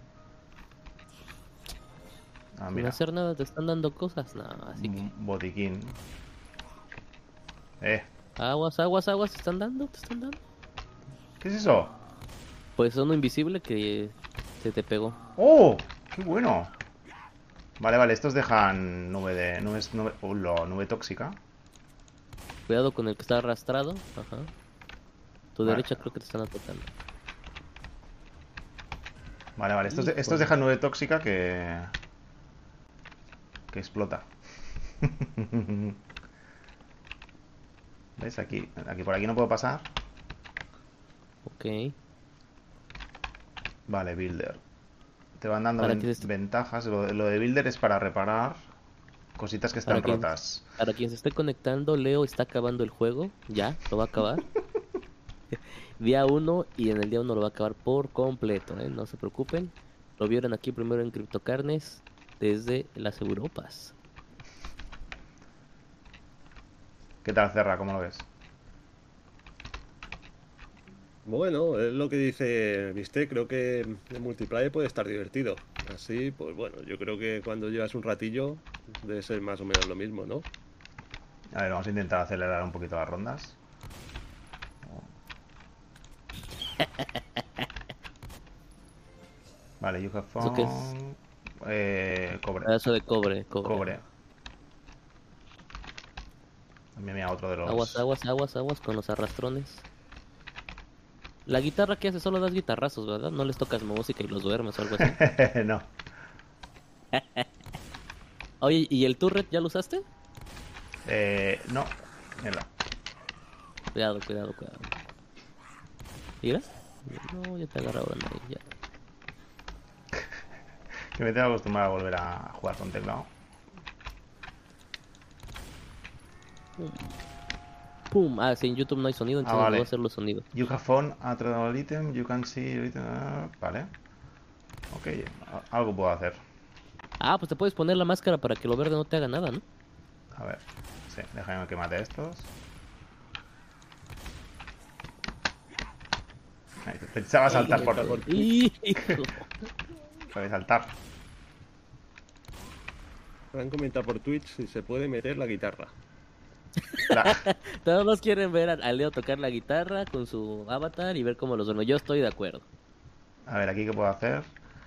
Ah, Sin mira, hacer nada te están dando cosas. No, así que. un botiquín. Aguas, aguas, aguas, ¿te están dando? ¿Te están dando? ¿Qué es eso? Pues uno invisible que se te pegó. ¡Oh! ¡Qué bueno! Vale, vale, estos dejan nube tóxica. Cuidado con el que está arrastrado. Ajá. Tu Vale, derecha creo que te están atacando. vale, vale. Estos Híjole. dejan nube tóxica que explota. ¿Ves? Aquí por aquí no puedo pasar. Ok. Vale, Builder. Te van dando Para quien, ventajas. Lo de Builder es para reparar cositas que para están quien, rotas. para quien se esté conectando, Leo está acabando el juego. Ya, lo va a acabar. Día uno y en el día uno lo va a acabar por completo, ¿eh? No se preocupen. Lo vieron aquí primero en Criptocarnes desde las Europas. ¿Qué tal, Cerra? ¿Cómo lo ves? Bueno, es lo que dice Viste, creo que el multiplayer puede estar divertido. Así, pues bueno, yo creo que cuando llevas un ratillo debe ser más o menos lo mismo, ¿no? A ver, vamos a intentar acelerar un poquito las rondas. Vale, you have ¿Eso qué es? found... cobre. Pedazo de cobre. Cobre. También mira otro de Aguas, los... aguas, aguas, aguas con los arrastrones. La guitarra que hace solo das guitarrazos, ¿verdad? No les tocas música y los duermes o algo así. no. Oye, ¿y el turret ya lo usaste? No. Mierda. Cuidado, cuidado, cuidado. ¿Mira? No, ya te agarraron ahí, ya. Que me tengo que acostumbrar a volver a jugar con teclado. ¡Pum! Ah, sí, en YouTube no hay sonido, Ah, entonces voy a vale. hacer los sonidos. You have found a tradable item. You can see your item. Vale. Ok. Algo puedo hacer. Ah, pues te puedes poner la máscara para que lo verde no te haga nada, ¿no? A ver. Sí, déjame que mate a estos. Ahí, pensaba saltar por... ¡Hijo! Puede saltar. Me han comentado por Twitch si se puede meter la guitarra. La- Todos más quieren ver a Leo tocar la guitarra con su avatar y ver cómo los duerme. Yo estoy de acuerdo. A ver, aquí qué puedo hacer.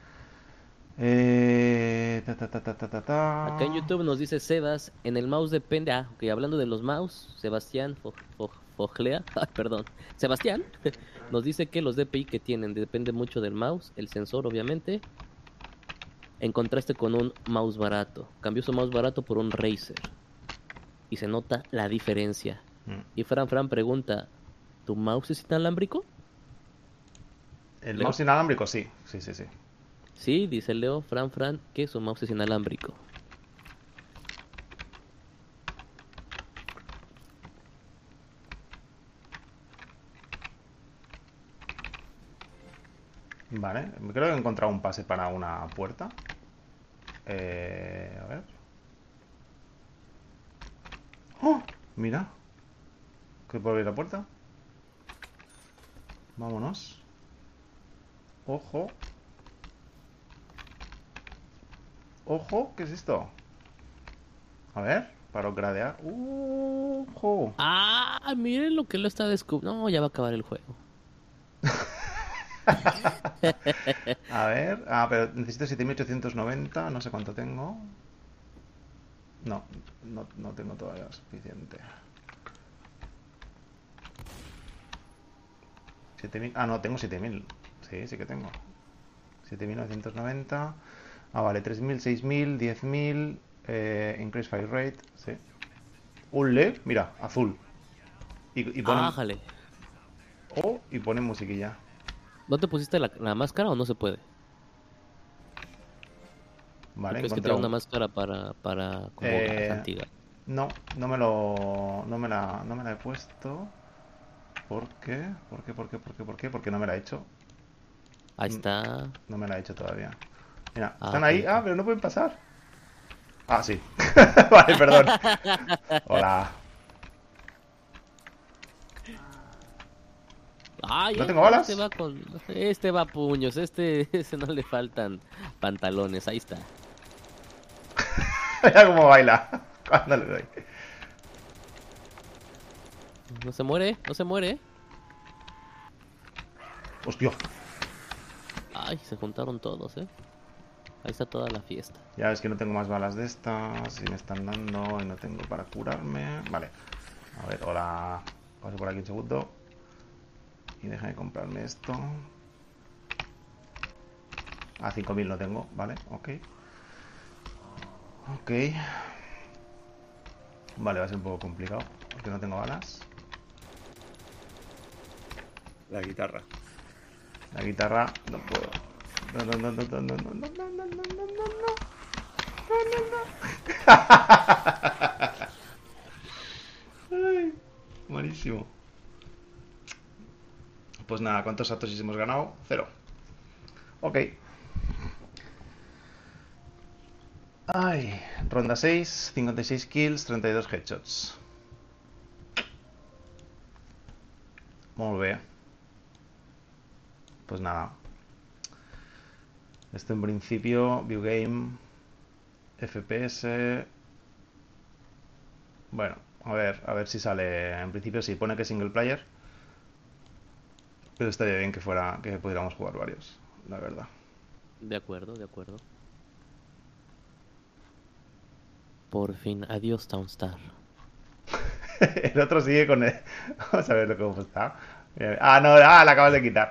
Acá en YouTube nos dice Sebas, en el mouse depende. Ah, ok, hablando de los mouse, Sebastián Foglea, ay, perdón, Sebastián nos dice que los DPI que tienen depende mucho del mouse, el sensor obviamente, en contraste con un mouse barato. Cambió su mouse barato por un Razer y se nota la diferencia. Mm. Y Fran pregunta, ¿tu mouse es inalámbrico? El ¿Leo? mouse inalámbrico, sí. Sí, sí, sí. Sí, dice Leo, Fran, que su mouse es inalámbrico. Vale. Creo que he encontrado un pase para una puerta. A ver. ¡Oh! Mira. ¿Que puedo abrir la puerta? Vámonos. Ojo. Ojo, ¿qué es esto? A ver, para gradear. Ojo. Ah, miren lo que lo está descubriendo. No, ya va a acabar el juego. A ver. Ah, pero necesito 7890. No sé cuánto tengo. No, no tengo todavía suficiente. 7000. Ah, no, tengo 7000. Sí, sí que tengo. 7990. Ah, vale, 3000, 6000, 10000. Increase fire rate. Sí. Ule, mira, azul. Y pone. Ájale. Oh, y pone musiquilla. ¿No te pusiste la máscara o no se puede? Vale, ¿Crees que encontré tiene una un. máscara para como gas antigas? No, no me la he puesto. ¿Por qué? ¿Por qué? Porque no me la he hecho. Ahí está. No me la he hecho todavía. Mira, Ah, están ok, ahí. Ah, ok. pero no pueden pasar. Ah, sí. Vale, perdón. Hola. Ay, ¿No tengo balas? este va a puños, ese no le faltan pantalones, ahí está. Mira cómo baila. Cuando le doy. No se muere, no se muere. Hostia. Ay, se juntaron todos, Ahí está toda la fiesta. Ya ves que no tengo más balas de estas. Y me están dando. Y no tengo para curarme. Vale. A ver, hola. Paso por aquí un segundo. Y déjame comprarme esto. A 5000 no tengo. Vale, ok. Ok. Vale, va a ser un poco complicado. Porque no tengo balas. La guitarra. La guitarra no puedo. No, no, no, no, no, no, no, no, no, no, no, no, no, no. Ay, buenísimo. Pues nada, ¿cuántos satoshis hemos ganado? 0. Ok. Ay, ronda 6, 56 kills, 32 headshots. Molt bé. Pues nada. Esto en principio, view game, FPS. Bueno, a ver si sale. En principio sí, pone que es single player. Pero estaría bien que pudiéramos jugar varios, la verdad. De acuerdo, de acuerdo. Por fin, adiós Townstar. El otro sigue con el. Vamos a ver cómo está. Ah, no, la acabas de quitar.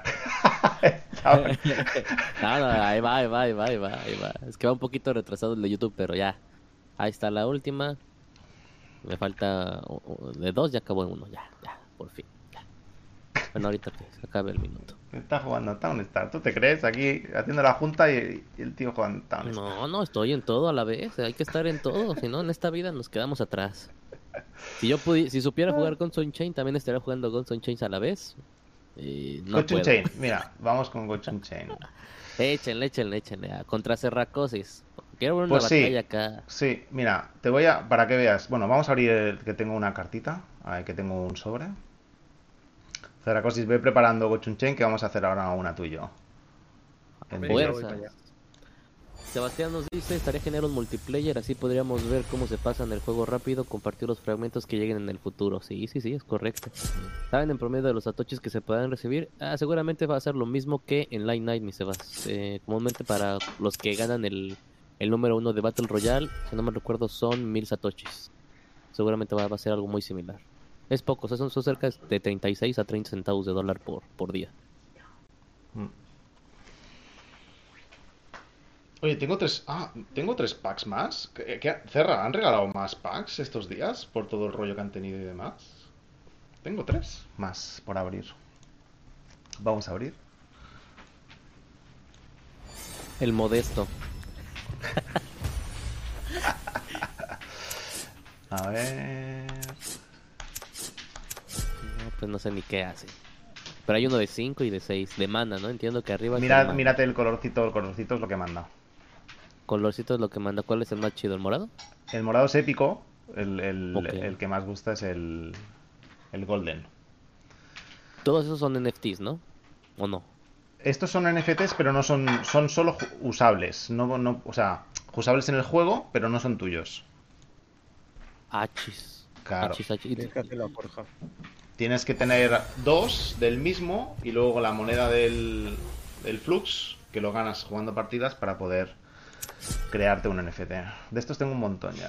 No, no, ahí va, ahí va, ahí va, ahí va, ahí va. Es que va un poquito retrasado el de YouTube, pero ya. Ahí está la última. Me falta de 2, ya acabó uno, ya, por fin. Ya. Bueno, ahorita que se acabe el minuto. Está jugando Townstar. ¿Tú te crees? Aquí haciendo la junta y el tío jugando Townstar. No, estoy en todo a la vez. Hay que estar en todo, si no, en esta vida nos quedamos atrás. Si supiera jugar Ghost Unchained, también estaría jugando Ghost Unchained a la vez. No Ghost puedo. Unchained, mira, vamos con Ghost Unchained. Échenle. Contra Serracosis. Quiero ver una Pues sí, batalla acá. sí, mira, para que veas. Bueno, vamos a abrir que tengo una cartita. A ver, que tengo un sobre. Zaracosis, ve preparando Ghost Unchained, que vamos a hacer ahora una tú y yo. En Venga, directo. voy Fuerza. para allá. Sebastián nos dice, estaría genial un multiplayer, así podríamos ver cómo se pasa en el juego rápido, compartir los fragmentos que lleguen en el futuro. Sí, es correcto. ¿Saben en promedio de los satoshis que se puedan recibir? Seguramente va a ser lo mismo que en Light Night, mi Sebas. Comúnmente para los que ganan el número 1 de Battle Royale, si no me recuerdo, son 1000 satoshis. Seguramente va a ser algo muy similar. Es poco, o sea, son cerca de 36 a 30 centavos de dólar por día. Mm. Oye, tengo tres packs más. Cerra, ¿han regalado más packs estos días por todo el rollo que han tenido y demás? Tengo 3 más por abrir. Vamos a abrir. El modesto. A ver. No, pues no sé ni qué hace. Pero hay uno de 5 y de 6, de mana, ¿no? Entiendo que arriba está el mana. Mírate el colorcito es lo que manda. Colorcito es lo que manda. ¿Cuál es el más chido? ¿El morado? El morado es épico. El Ok. que más gusta es el golden. Todos esos son NFTs, ¿no? ¿O no? Estos son NFTs, pero no son solo usables. O sea, usables en el juego, pero no son tuyos. Achis. Claro. Achis, achis. Tienes que hacer la forja. Tienes que tener dos del mismo y luego la moneda del Flux, que lo ganas jugando partidas para poder crearte un NFT. De estos tengo un montón ya.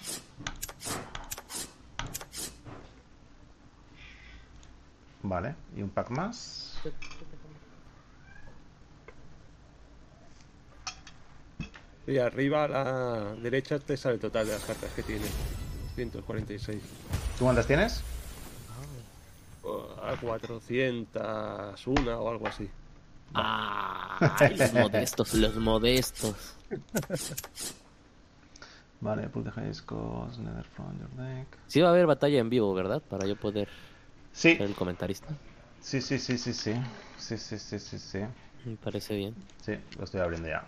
Vale, y un pack más. Y arriba a la derecha te sale el total de las cartas que tiene. 146. ¿Tú cuántas tienes? A 401 o algo así. Ay, los modestos, los modestos. Vale, put the high scores, nether from your deck. Sí va a haber batalla en vivo, ¿verdad? Para yo poder Sí, ser el comentarista. sí, sí, sí, sí, sí. Sí, sí, sí, sí, sí. Me parece bien. Sí, lo estoy abriendo ya.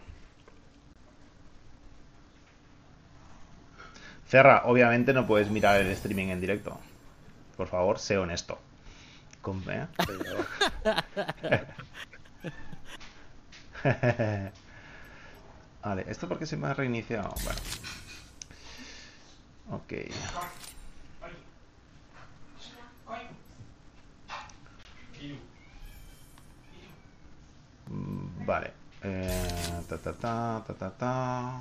Cerra, obviamente no puedes mirar el streaming en directo. Por favor, sé honesto. ¿Eh? Vale, ¿esto por qué se me ha reiniciado? Bueno. Ok. Vale. Ta, ta, ta, ta, ta, ta.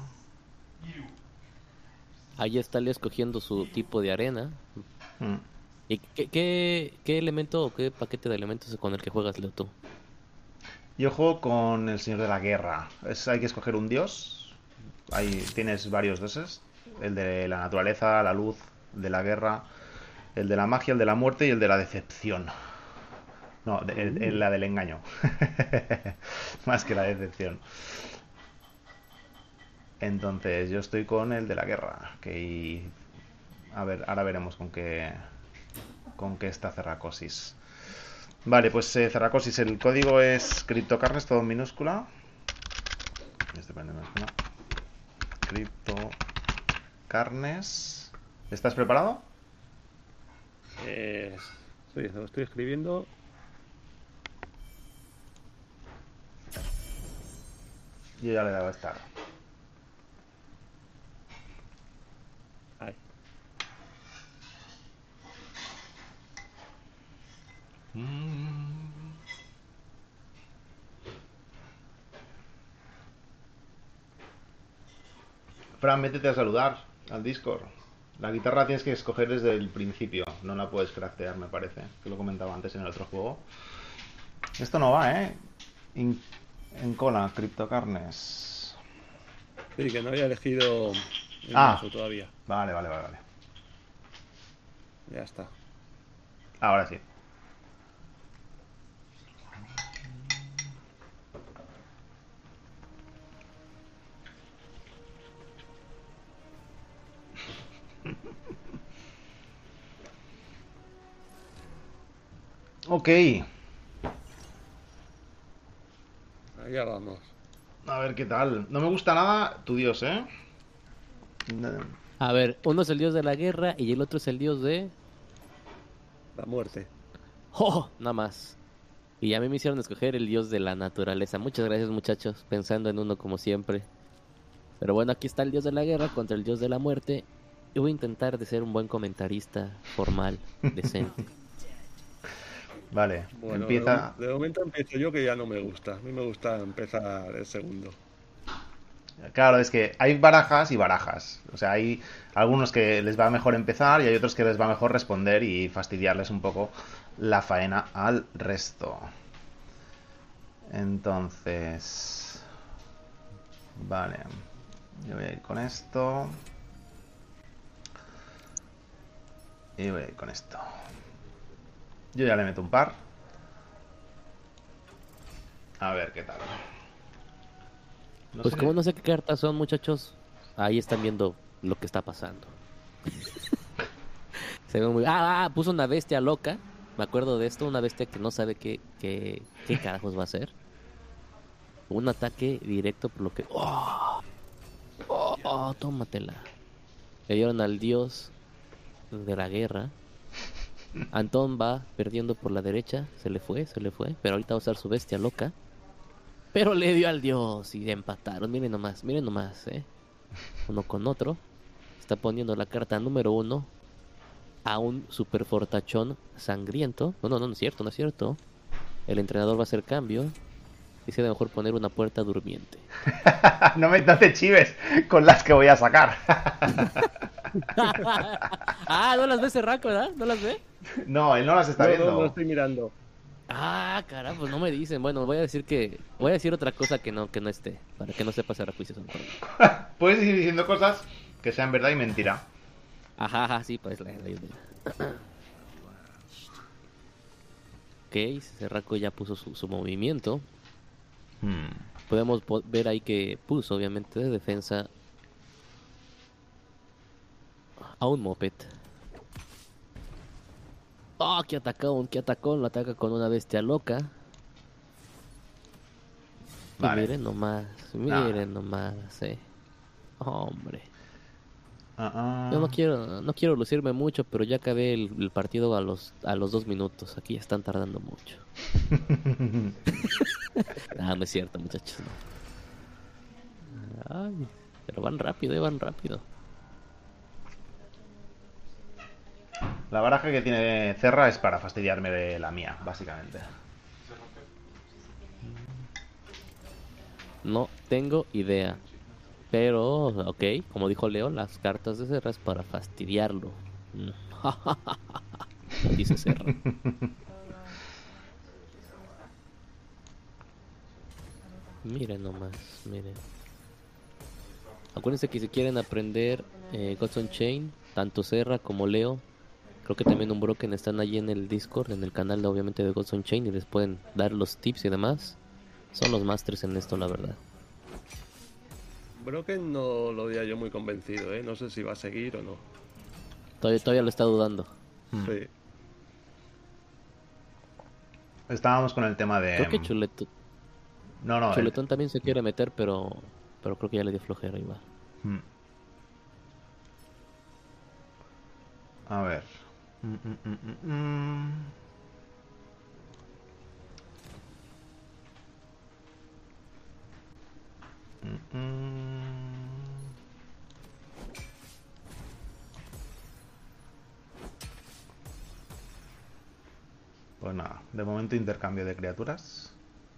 Ahí está Leo escogiendo su tipo de arena. Mm. ¿Y qué elemento o qué paquete de elementos es con el que juegas, Leo, tú? Yo juego con el Señor de la Guerra. Hay que escoger un dios. Ahí tienes varios dioses. El de la naturaleza, la luz, el de la guerra, el de la magia, el de la muerte y el de la decepción. No, la del engaño. Más que la decepción. Entonces, yo estoy con el de la guerra. A ver, ahora veremos con qué está Cerracosis. Vale, pues Cerracosis, el código es CryptoCarnes, todo en minúscula. CryptoCarnes. ¿Estás preparado? Sí, lo estoy escribiendo. Yo ya le he dado a estar. Ahí. Fran, métete a saludar al Discord. La guitarra tienes que escoger desde el principio. No la puedes craftear, me parece. Que lo comentaba antes en el otro juego. Esto no va, ¿eh? En cola, CryptoCarnes. Sí, que no había elegido el Ah, mazo todavía. vale, vale, vale, vale. Ya está. Ahora sí. Ok. Allá vamos. A ver qué tal. No me gusta nada tu dios, ¿eh? A ver, uno es el dios de la guerra y el otro es el dios de... La muerte. ¡Oh! Nada más. Y a mí me hicieron escoger el dios de la naturaleza. Muchas gracias, muchachos, pensando en uno como siempre. Pero bueno, aquí está el dios de la guerra contra el dios de la muerte. Y voy a intentar de ser un buen comentarista formal, decente. Vale, Bueno, empieza. de momento empiezo yo, que ya no me gusta. A mí me gusta empezar el segundo. Claro, es que hay barajas y barajas. O sea, hay algunos que les va mejor empezar y hay otros que les va mejor responder y fastidiarles un poco la faena al resto. Entonces... Vale. Yo voy a ir con esto. Y voy a ir con esto. Yo ya le meto un par. A ver qué tal. No Pues sé. como no sé qué cartas son, muchachos, ahí están viendo lo que está pasando. Se ve muy... puso una bestia loca. Me acuerdo de esto, una bestia que no sabe qué carajos va a hacer. Un ataque directo por lo que... ¡Oh! Oh, tómatela. Le dieron al dios de la guerra. Antón va perdiendo por la derecha. Se le fue. Pero ahorita va a usar su bestia loca. Pero le dio al dios y empataron. Miren nomás, uno con otro. Está poniendo la carta número 1 a un super fortachón sangriento. No es cierto, no es cierto. El entrenador va a hacer cambio. Dice de mejor poner una puerta durmiente. No te chives con las que voy a sacar. Ah, ¿no las ve Serraco, verdad? ¿No las ve? No, él no las está No, viendo. no estoy mirando. Ah, caramba, pues no me dicen. Bueno, voy a decir otra cosa que no esté, para que no sepa Serraco y se son. Puedes ir diciendo cosas que sean verdad y mentira. Ajá, sí, pues la idea. Ok, Serraco ya puso su movimiento. Podemos ver ahí que puso, obviamente, de defensa a un Moped. Oh, qué atacón, lo ataca con una bestia loca. Vale. Y miren nomás, Hombre. Yo no quiero lucirme mucho, pero ya acabé el partido a los 2 minutos. Aquí ya están tardando mucho. No es cierto, muchachos. No. Ay, pero van rápido, van rápido. La baraja que tiene Cerra es para fastidiarme de la mía, básicamente. No tengo idea. Pero, ok, como dijo Leo, las cartas de Serra es para fastidiarlo. Dice Serra. Miren nomás, miren. Acuérdense que si quieren aprender Gods Unchained, tanto Serra como Leo, creo que también un Broken están allí en el Discord, en el canal obviamente de Gods Unchained, y les pueden dar los tips y demás. Son los masters en esto, la verdad. Broken no lo veía yo muy convencido, ¿eh? No sé si va a seguir o no. Todavía lo está dudando. Sí. Estábamos con el tema de... Creo que Chuletón el... también se quiere meter, pero creo que ya le dio flojera igual. A ver. Pues nada, de momento intercambio de criaturas.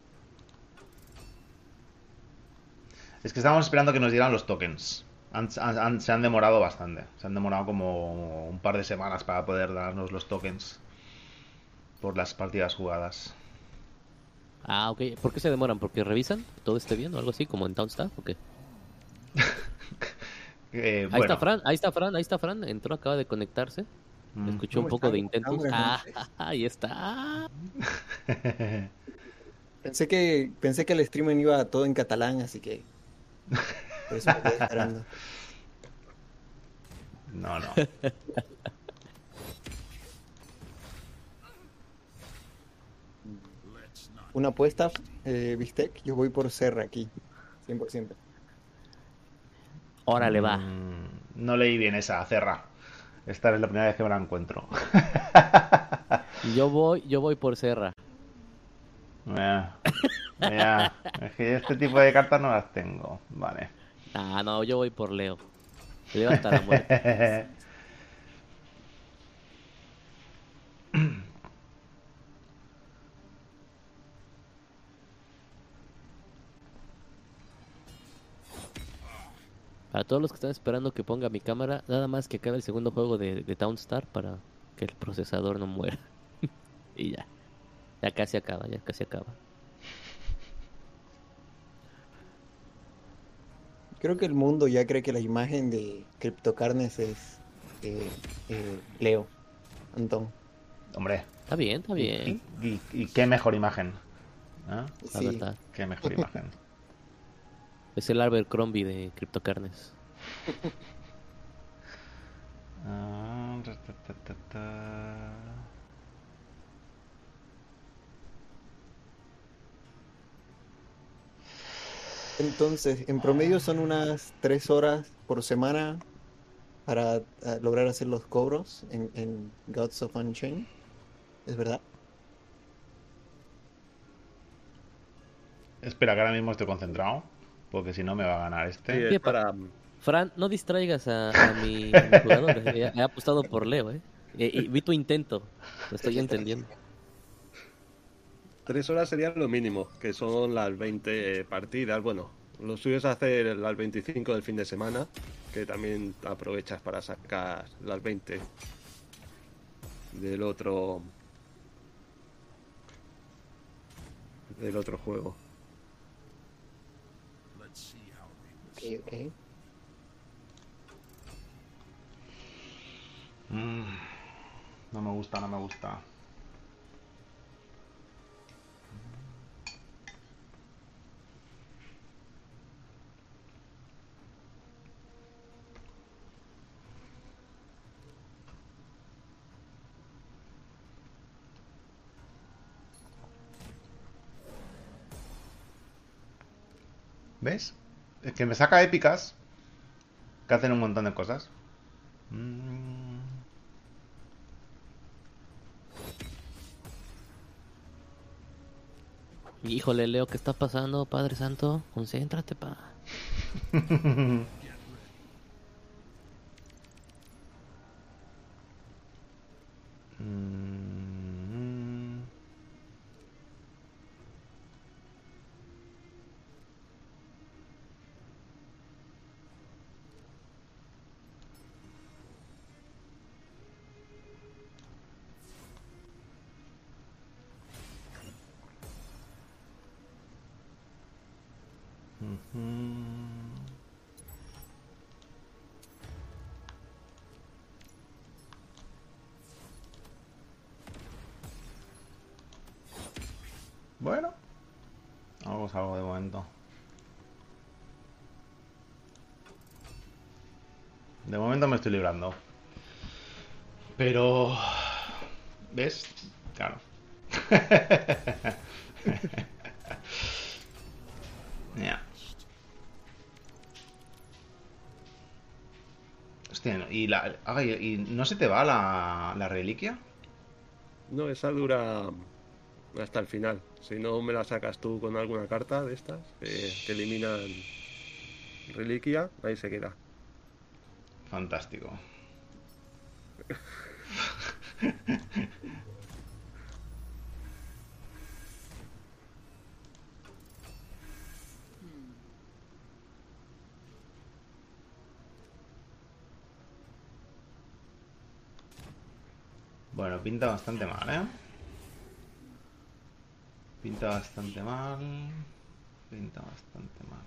Es que estábamos esperando que nos dieran los tokens. Se han demorado bastante. Se han demorado como un par de semanas para poder darnos los tokens por las partidas jugadas. Ah, ok. ¿Por qué se demoran? ¿Porque revisan que todo esté bien o algo así, como en Townstaff o qué? Ahí está Fran. Entró, acaba de conectarse. Escuchó un poco de intentos. Ahí está. Pensé que el streaming iba todo en catalán, así que por eso me quedé esperando. No. Una apuesta, Bistec, yo voy por Serra aquí, 100%. Órale, va. No leí bien esa, Cerra. Esta es la primera vez que me la encuentro. Yo voy por Serra. Mira, es que este tipo de cartas no las tengo. Vale. No, yo voy por Leo. Leo hasta la muerte. Para todos los que están esperando que ponga mi cámara, nada más que acabe el segundo juego de Townstar para que el procesador no muera. Y ya. Ya casi acaba. Creo que el mundo ya cree que la imagen de CryptoCarnes es Leo, Antón. Hombre. Está bien. Y qué mejor imagen. ¿Eh? La verdad. Qué mejor imagen. Es el Abercrombie de CryptoCarnes. Entonces, en promedio son unas 3 horas por semana para lograr hacer los cobros en Gods of Unchained. ¿Es verdad? Espera, que ahora mismo estoy concentrado, porque si no me va a ganar Sí, este. es ¿Qué para... Fran, no distraigas a mi jugador. He apostado por Leo, ¿eh? Y vi tu intento. Lo estoy entendiendo. 3 horas sería lo mínimo, que son las 20 partidas. Bueno, lo suyo es hacer las 25 del fin de semana, que también aprovechas para sacar las 20 del otro juego. Ok, ok. No me gusta, no me gusta. ¿Ves? Es que me saca épicas que hacen un montón de cosas. Híjole, Leo, ¿qué está pasando, Padre Santo? Concéntrate, pa. Mm. Bueno, vamos a algo de momento. De momento me estoy librando. Pero... ¿Ves? Claro. Ya. Hostia, ¿y no se te va la reliquia? No, esa dura hasta el final. Si no me la sacas tú con alguna carta de estas que eliminan reliquia, ahí se queda. Fantástico. Bueno, pinta bastante mal, ¿eh? Pinta bastante mal. Pinta bastante mal.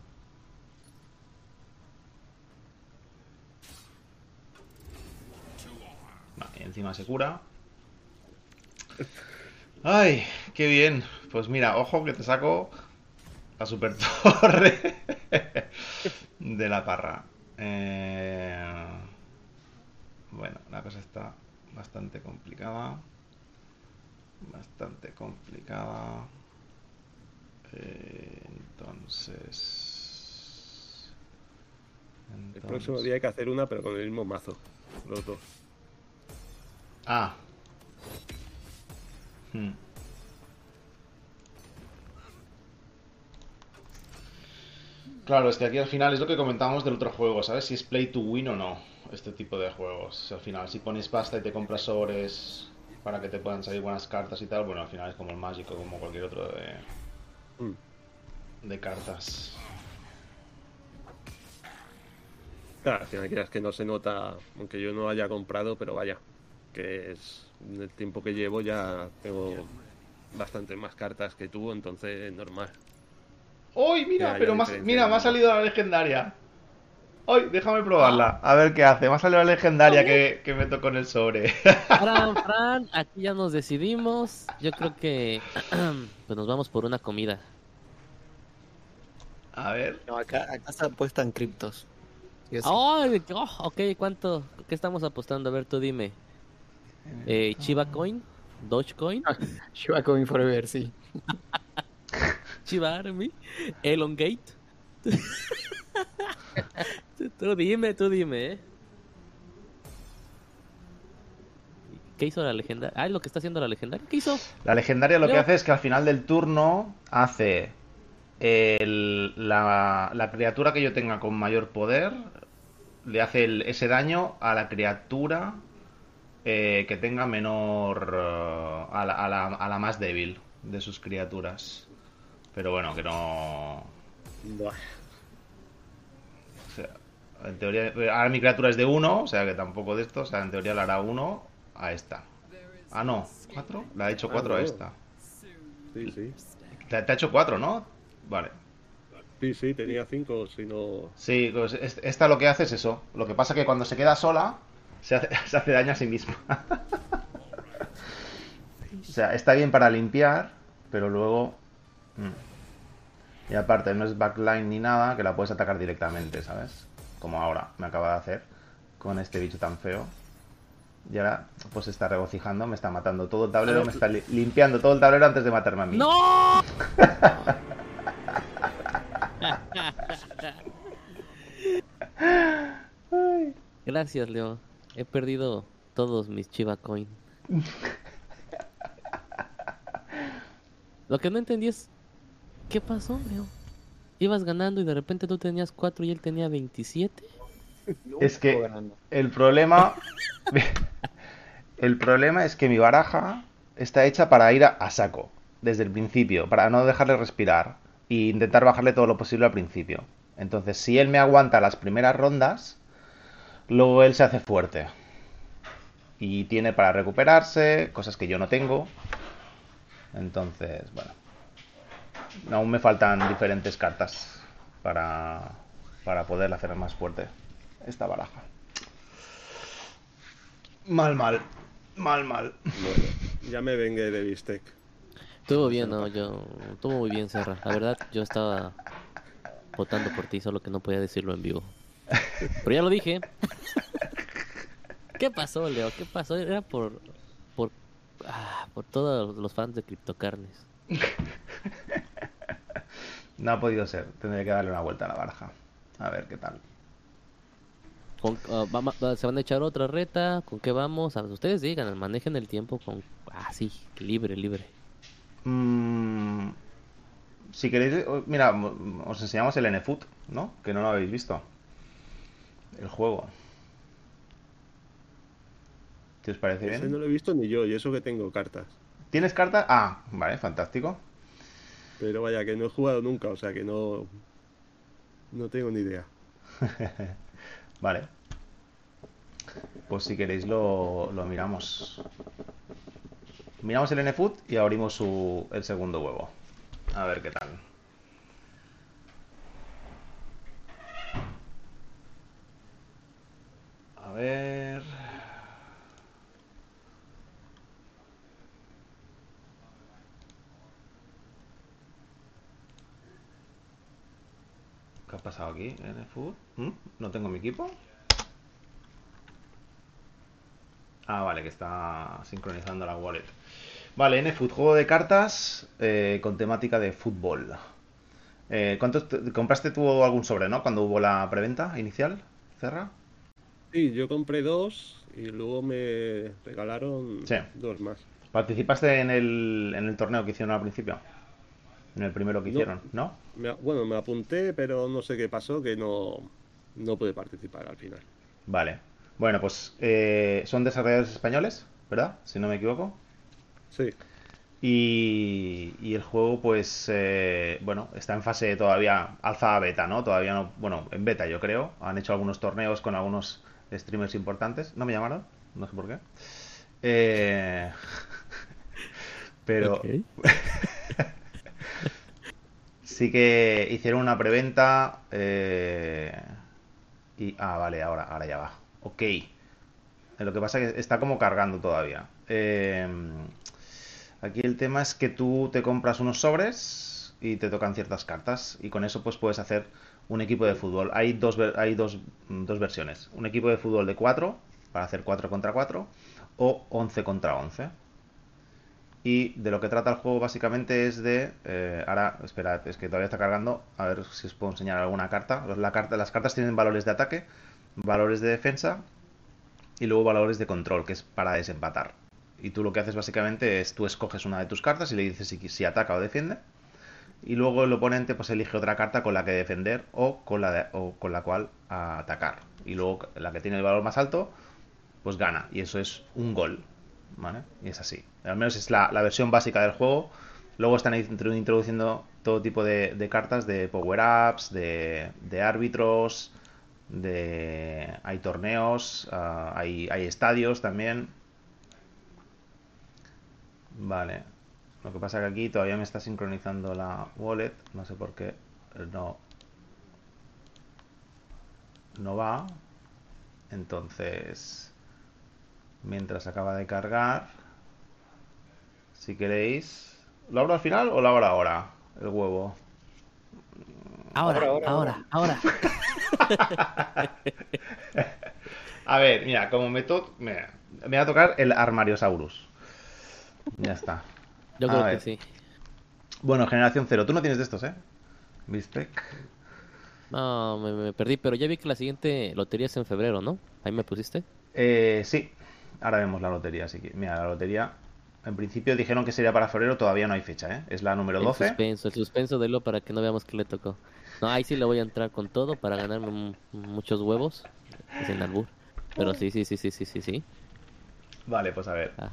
Vale, y encima se cura. ¡Ay! ¡Qué bien! Pues mira, ojo que te saco la super torre de la parra. Bueno, la cosa está bastante complicada. Bastante complicada. Entonces... El próximo día hay que hacer una, pero con el mismo mazo. Los dos. Ah. Claro, es que aquí al final es lo que comentábamos del otro juego, ¿sabes? Si es play to win o no, este tipo de juegos. Al final, si pones pasta y te compras sobres para que te puedan salir buenas cartas y tal, bueno, al final es como el mágico, como cualquier otro de cartas. Claro, al final quieras que no se nota, aunque yo no haya comprado, pero vaya, que es en el tiempo que llevo ya tengo bastante más cartas que tú, entonces normal. ¡Uy, mira! Pero mira, me ha en- salido la legendaria. ¡Ay, déjame probarla! A ver qué hace. Me ha salido la legendaria que me tocó en el sobre. Fran, aquí ya nos decidimos. Yo creo que pues nos vamos por una comida. A ver. No, acá se apuestan criptos. Yo sí. ¡Ay! Ok, ¿cuánto? ¿Qué estamos apostando? A ver, tú dime. Chiba Coin, Dogecoin, Shiba Coin Forever, sí. Chiba Army, Elongate. Tú dime, ¿eh? ¿Qué hizo la legendaria? Ah, es lo que está haciendo la legendaria. ¿Qué hizo? La legendaria lo que Leo. hace es que al final del turno hace la criatura que yo tenga con mayor poder, le hace ese daño a la criatura que tenga menor... a la más débil de sus criaturas. Pero bueno, que no... O Buah. sea, en teoría... Ahora mi criatura es de uno, o sea que tampoco de esto. O sea, en teoría le hará uno a esta. Ah, no. ¿4? Le ha hecho Ah, 4 a no. esta. Sí, sí. Te ha hecho 4, ¿no? Vale. Sí, sí, tenía 5, si no... Sí, pues esta lo que hace es eso. Lo que pasa es que cuando se queda sola, se hace daño a sí misma. O sea, está bien para limpiar, pero luego... Y aparte, no es backline ni nada, que la puedes atacar directamente, ¿sabes? Como ahora me acaba de hacer con este bicho tan feo. Y ahora, pues se está regocijando, me está matando todo el A tablero, ver. me está limpiando todo el tablero antes de matarme a mí. ¡No! Gracias, Leo. He perdido todos mis Chiva Coin. Lo que no entendí es, ¿qué pasó, Leo? Ibas ganando y de repente tú tenías 4 y él tenía 27. Es Estuvo que ganando. el problema... El problema es que mi baraja está hecha para ir a saco, desde el principio, para no dejarle respirar e intentar bajarle todo lo posible al principio. Entonces, si él me aguanta las primeras rondas, luego él se hace fuerte. Y tiene para recuperarse, cosas que yo no tengo. Entonces, bueno, aún me faltan diferentes cartas para poder hacer más fuerte esta baraja. Mal, mal. Mal, mal. Bueno, ya me vengué de Bistec. Estuvo Eso bien, no ¿no? pasa. Estuvo muy bien, Serra. La verdad, yo estaba votando por ti, solo que no podía decirlo en vivo. Pero ya lo dije. ¿Qué pasó, Leo? ¿Qué pasó? Era por, por todos los fans de Criptocarnes. No ha podido ser. Tendré que darle una vuelta a la baraja. A ver qué tal. ¿Se van a echar otra reta? ¿Con qué vamos? Ustedes digan, manejen el tiempo con... Ah, sí, libre, libre. Mm, si queréis, mira, os enseñamos el NFoot, ¿no? Que no lo habéis visto. El juego. ¿Si os parece Ese bien? no lo he visto ni yo, y eso que tengo cartas. ¿Tienes carta? Ah, vale, fantástico. Pero vaya, que no he jugado nunca, o sea que no, no tengo ni idea. Vale. Pues si queréis lo miramos. Miramos el NFoot y abrimos el segundo huevo. A ver qué tal. A ver. ¿Qué ha pasado aquí? NFoot. ¿No tengo mi equipo? Ah, vale, que está sincronizando la wallet. Vale, NFoot, juego de cartas con temática de fútbol. ¿Cuántos compraste tú algún sobre, no? Cuando hubo la preventa inicial, Cerra. Sí, yo compré 2 y luego me regalaron Sí. 2 más. ¿Participaste en el torneo que hicieron al principio? En el primero que No, hicieron, ¿no? bueno, me apunté, pero no sé qué pasó, que no pude participar al final. Vale. Bueno, pues son desarrolladores españoles, ¿verdad? Si no me equivoco. Sí, Y el juego, pues, bueno, está en fase todavía alfa a beta, ¿no? Todavía no, bueno, en beta yo creo. Han hecho algunos torneos con algunos streamers importantes. No me llamaron, no sé por qué. Eh, pero Ok. sí que hicieron una preventa. Vale, ahora ya va. Ok. Lo que pasa es que está como cargando todavía. Aquí el tema es que tú te compras unos sobres y te tocan ciertas cartas y con eso pues puedes hacer un equipo de fútbol. Hay dos versiones. Un equipo de fútbol de 4 para hacer 4 contra 4 o 11 contra 11. Y de lo que trata el juego básicamente es de... ahora, esperad, es que todavía está cargando. A ver si os puedo enseñar alguna carta. Las cartas tienen valores de ataque, valores de defensa y luego valores de control, que es para desempatar. Y tú lo que haces básicamente es, tú escoges una de tus cartas y le dices si ataca o defiende. Y luego el oponente pues elige otra carta con la que defender o con la cual atacar. Y luego la que tiene el valor más alto, pues gana. Y eso es un gol. ¿Vale? Y es así. Al menos es la versión básica del juego. Luego están introduciendo todo tipo de cartas, de power-ups, de árbitros, hay torneos, hay estadios también. Vale. Lo que pasa que aquí todavía me está sincronizando la wallet. No sé por qué no va. Entonces, mientras acaba de cargar, si queréis, ¿lo abro al final o lo abro ahora? El huevo. Ahora. A ver, mira, como me va a tocar el Armariosaurus. Ya está. Yo A creo que ver. sí. Bueno, generación cero. Tú no tienes de estos, ¿eh? Bistec. No, me perdí, pero ya vi que la siguiente lotería es en febrero, ¿no? Ahí me pusiste. Sí. Ahora vemos la lotería, así que... Mira, la lotería... En principio dijeron que sería para febrero, todavía no hay fecha, ¿eh? Es la número 12. El suspenso de lo para que no veamos qué le tocó. No, ahí sí le voy a entrar con todo para ganarme muchos huevos. Es en albur. Pero sí. Vale, pues a ver. Ah,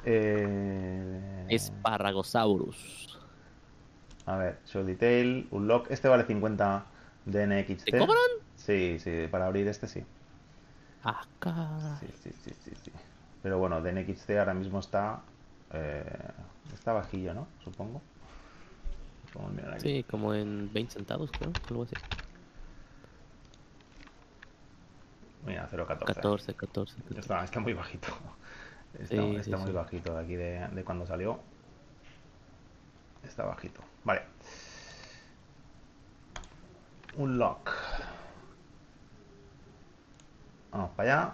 Esparagosaurus. A ver, Show Detail, Unlock. Este vale 50 de ¿Te NXT. cobran? Sí, para abrir este sí. Ah, caray. Sí. Pero bueno, de NXT ahora mismo está... está bajillo, ¿no? Supongo. Vamos a mirar aquí. Sí, como en 20 centavos, creo. Algo así. Mira, 0,14. 14. Está muy bajito. Sí. Está muy bajito de aquí de cuando salió. Está bajito. Vale. Unlock. Vamos para allá.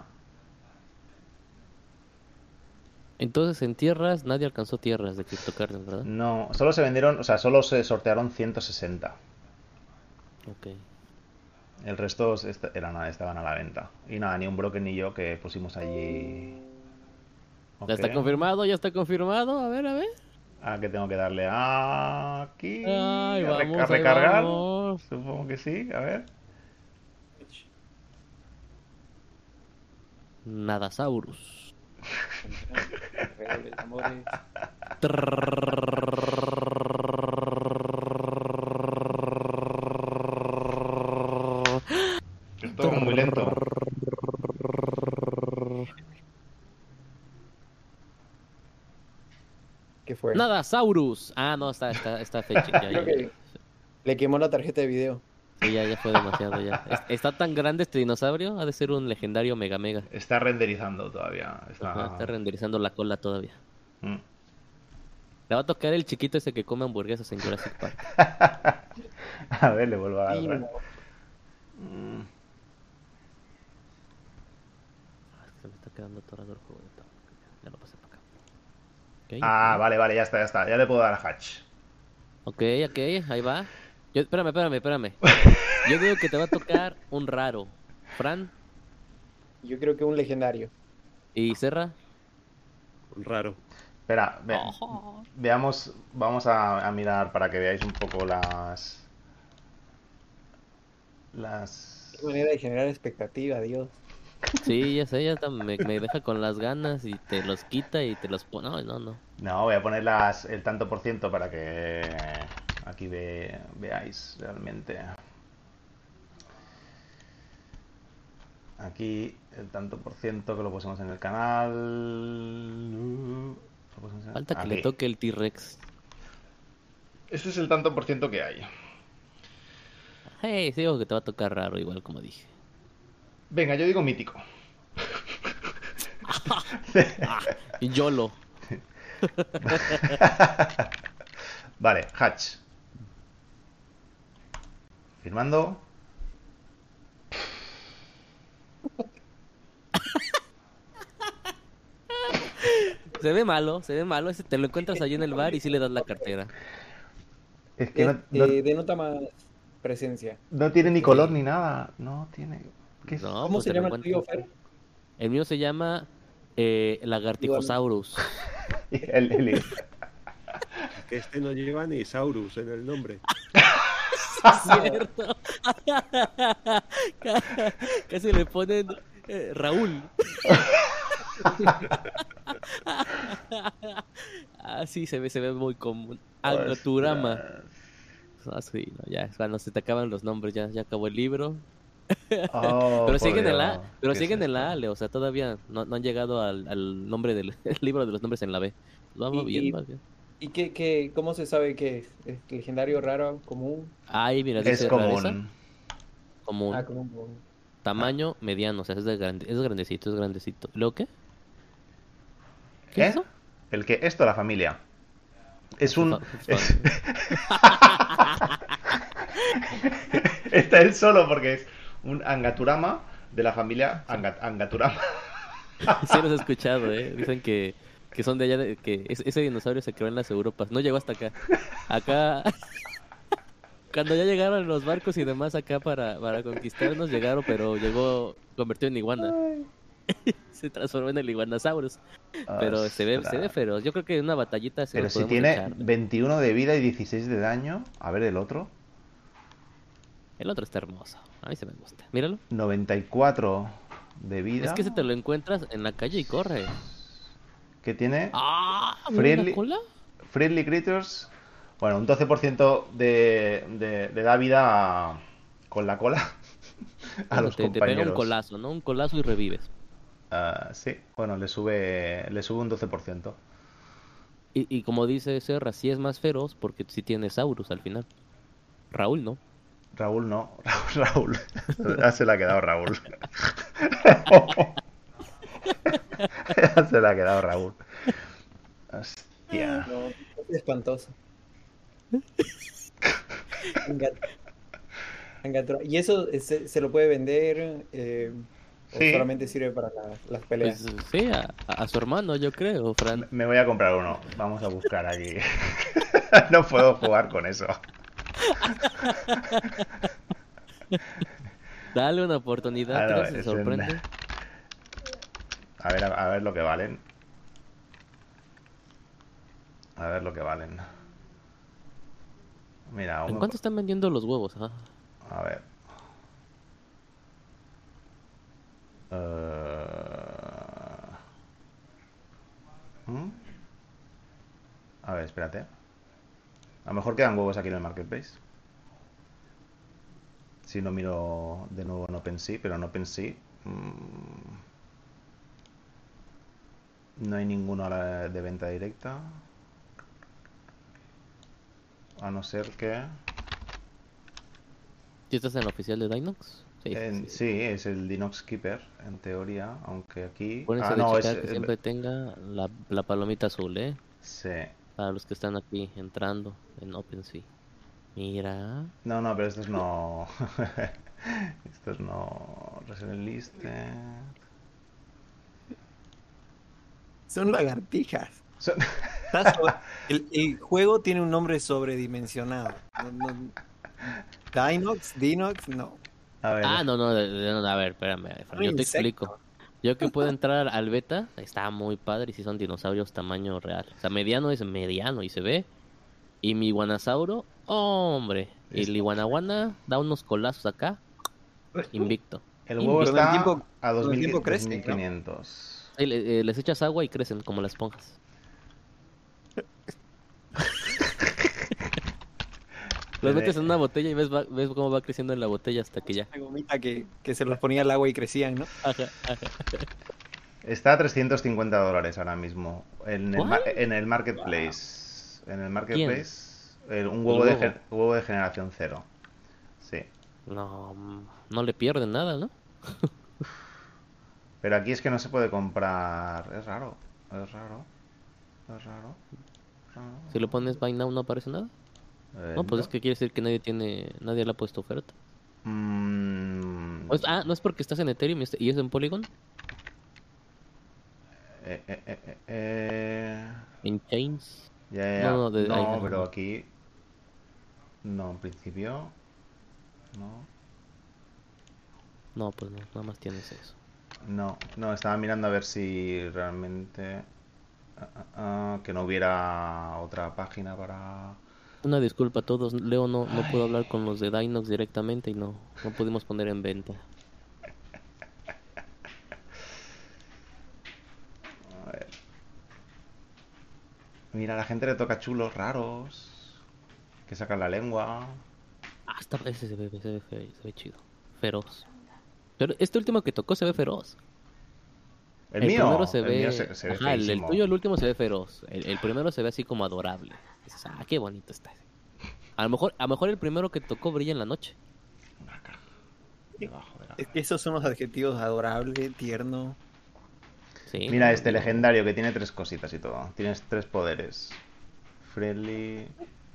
Entonces en tierras nadie alcanzó tierras de CryptoCarnes, ¿verdad? No, solo se vendieron, o sea, solo se sortearon 160. Ok. El resto estaban a la venta. Y nada, ni un broker ni yo que pusimos allí. ¿Ya Ok. está confirmado? ¿Ya está confirmado? A ver. Ah, que tengo que darle aquí. Ay, A vamos, ahí recargar. vamos. Supongo que sí. A ver. Nadasaurus. Amores. Es todo muy lento. ¿Qué fue? Nadasaurus. Ah, no, está fetching. Creo que le quemó la tarjeta de video. Sí, ya fue demasiado ya. Está tan grande este dinosaurio, ha de ser un legendario Mega. Está renderizando todavía. Está renderizando la cola todavía. Mm. Le va a tocar el chiquito ese que come hamburguesas en Jurassic Park. A ver, le vuelvo a dar. Sí, otra no. vez. Mm. Se me está quedando atorado el juego. Ya lo pasé para acá. Ok, Vale, ya está. Ya le puedo dar a Hatch. ok, ahí va. Espérame. Yo digo que te va a tocar un raro. Fran Yo creo que un legendario. y Serra. Raro. Espera, Ojo. veamos. Vamos a mirar para que veáis un poco las. Qué manera de generar expectativa, Dios. Sí, ya sé, me deja con las ganas y te los quita y te los pone. No. No, voy a poner el tanto por ciento para que aquí veáis realmente. Aquí el tanto por ciento que lo pusimos en el canal. Falta que Aquí. le toque el T-Rex. Este es el tanto por ciento que hay. Hey, sí, digo que te va a tocar raro, igual como dije. Venga, yo digo mítico. Y YOLO. Vale, Hatch. Firmando. se ve malo, ese te lo encuentras allí en el bar y sí le das la cartera. Es que no, Denota más presencia. no tiene ni color Sí. ni nada. No tiene. ¿Qué es? No, ¿Cómo pues se te lo llama el tuyo, encuentras. Fer? El mío se llama Igual. Lagartijosaurus. El- Que este no lleva ni Saurus en el nombre. Es cierto. Casi le ponen Raúl. Ah, sí, se ve muy común. Angaturama. Ostras. Ah, sí, no, ya, cuando se te acaban los nombres, ya acabó el libro. Oh, Pero por siguen en Dios. pero ¿Qué es siguen en la esto? A, Leo, o sea, todavía no han llegado al nombre del el libro de los nombres en la B. Lo vamos ¿Y, viendo. ¿Qué? cómo se sabe qué es? ¿Es legendario, raro, común? Ahí, mira, Es dice rareza, común. común, Común. Ah, tamaño mediano, o sea, es grandecito, es grandecito. ¿Luego qué? ¿Qué es ¿Eh? eso? ¿El qué? Esto, la familia. Es Su un. su es- Está él solo porque es un Angaturama de la familia Angaturama. Sí los he escuchado, ¿eh? Dicen que son de allá, que ese dinosaurio se creó en las Europas. No llegó hasta acá. Acá, cuando ya llegaron los barcos y demás acá para conquistarnos, llegaron, pero llegó convertido en iguana. Se transformó en el iguanasaurus. Pero se ve Ostras. feroz. Yo creo que en una batallita sí Pero nos si podemos tiene echar. 21 de vida y 16 de daño. A ver el otro. El otro está hermoso. A mí se me gusta. Míralo. 94 de Es vida. que se te lo encuentras en la calle y corre. ¿Qué tiene? ¡Ah! Mira la Friendly, cola. friendly Critters. Bueno, un 12% de da vida con la cola a Bueno, los te pega un compañeros. colazo, ¿no? Un colazo y revives. Ah, sí, bueno, le sube un 12%. Y como dice Serra, sí es más feroz porque sí tiene Saurus al final. Raúl, ¿no? Raúl no, Raúl. Ya se le ha quedado Raúl. Ya se le ha quedado Raúl. Hostia. No, es espantoso. Engat- ¿Y eso se lo puede vender o Sí, solamente sirve para las Pues peleas? sí, a su hermano, yo creo, Fran. me voy a comprar uno. Vamos a buscar aquí. No puedo jugar con eso. Dale una oportunidad, Ah, ¿qué no, tal si se es en- sorprende? a ver lo que valen. A ver lo que valen. Mira, ¿En cuánto están vendiendo los huevos? Ah, a ver. Eh, ¿Mm? A ver, espérate. A lo mejor quedan huevos aquí en el marketplace. Si no miro de nuevo en OpenSea, pero en OpenSea no hay ninguno de venta directa. A no ser que... ¿sí estás en la oficial de Dinox? Sí, sí. Sí, es el Dinox Keeper, en teoría, aunque aquí... Acuérdense Ah, de no, es... checar que siempre tenga la palomita azul, ¿eh? Sí. Para los que están aquí entrando en OpenSea. Mira. No, pero estos no... Estos no... Resident Listed... Son lagartijas. Son- El juego tiene un nombre sobredimensionado. Dinox, no. A ver, Ah, no, a ver, espérame, Fran, Un yo te insecto. explico. Yo que puedo entrar al beta, está muy padre y si son dinosaurios tamaño real. O sea, mediano es mediano y se ve. Y mi iguanasauro, hombre. Y el iguanaguana da unos colazos acá, invicto. el huevo Pero está con a el 2000 tiempo crece, ¿no? 2500. Ahí les echas agua y crecen como las esponjas. Los metes en una botella y ves cómo va creciendo en la botella hasta que ya. Una gomita que se los ponía al agua y crecían, ¿no? Ajá, ajá. Está a $350 ahora mismo ¿What? en el marketplace. En el marketplace, un ¿El huevo huevo? huevo de generación cero. Sí. No, no le pierden nada, ¿no? Pero aquí es que no se puede comprar. Es raro. Es raro. Es raro. Si lo pones buy now no aparece nada. No, pues es que quiere decir que nadie le ha puesto oferta. Mm, ¿No es porque estás en Ethereum y es en Polygon? En Chains. Ya, ya, No, ya. no, ahí No, no, pero no. aquí. No, en principio. No. No, pues no, nada más tienes eso. No, no, estaba mirando a ver si realmente. Que no hubiera otra página para. Una disculpa a todos, Leo no pudo Ay, hablar con los de Dinox directamente y no pudimos poner en venta. a ver. Mira, a la gente le toca chulos raros. Que sacan la lengua. Hasta ese se ve chido. Feroz. Pero este último que tocó se ve feroz. El primero se El mío ve. se ve Ajá, el feísimo. tuyo, el último se ve feroz. El primero se ve así como adorable. Dices, ah, qué bonito está ese. A lo mejor el primero que tocó brilla en la noche. Una caja debajo de la Es que esos son los adjetivos adorable, tierno. Sí, Mira no, este digo. legendario que tiene 3 cositas y todo. Tienes 3 poderes. Friendly.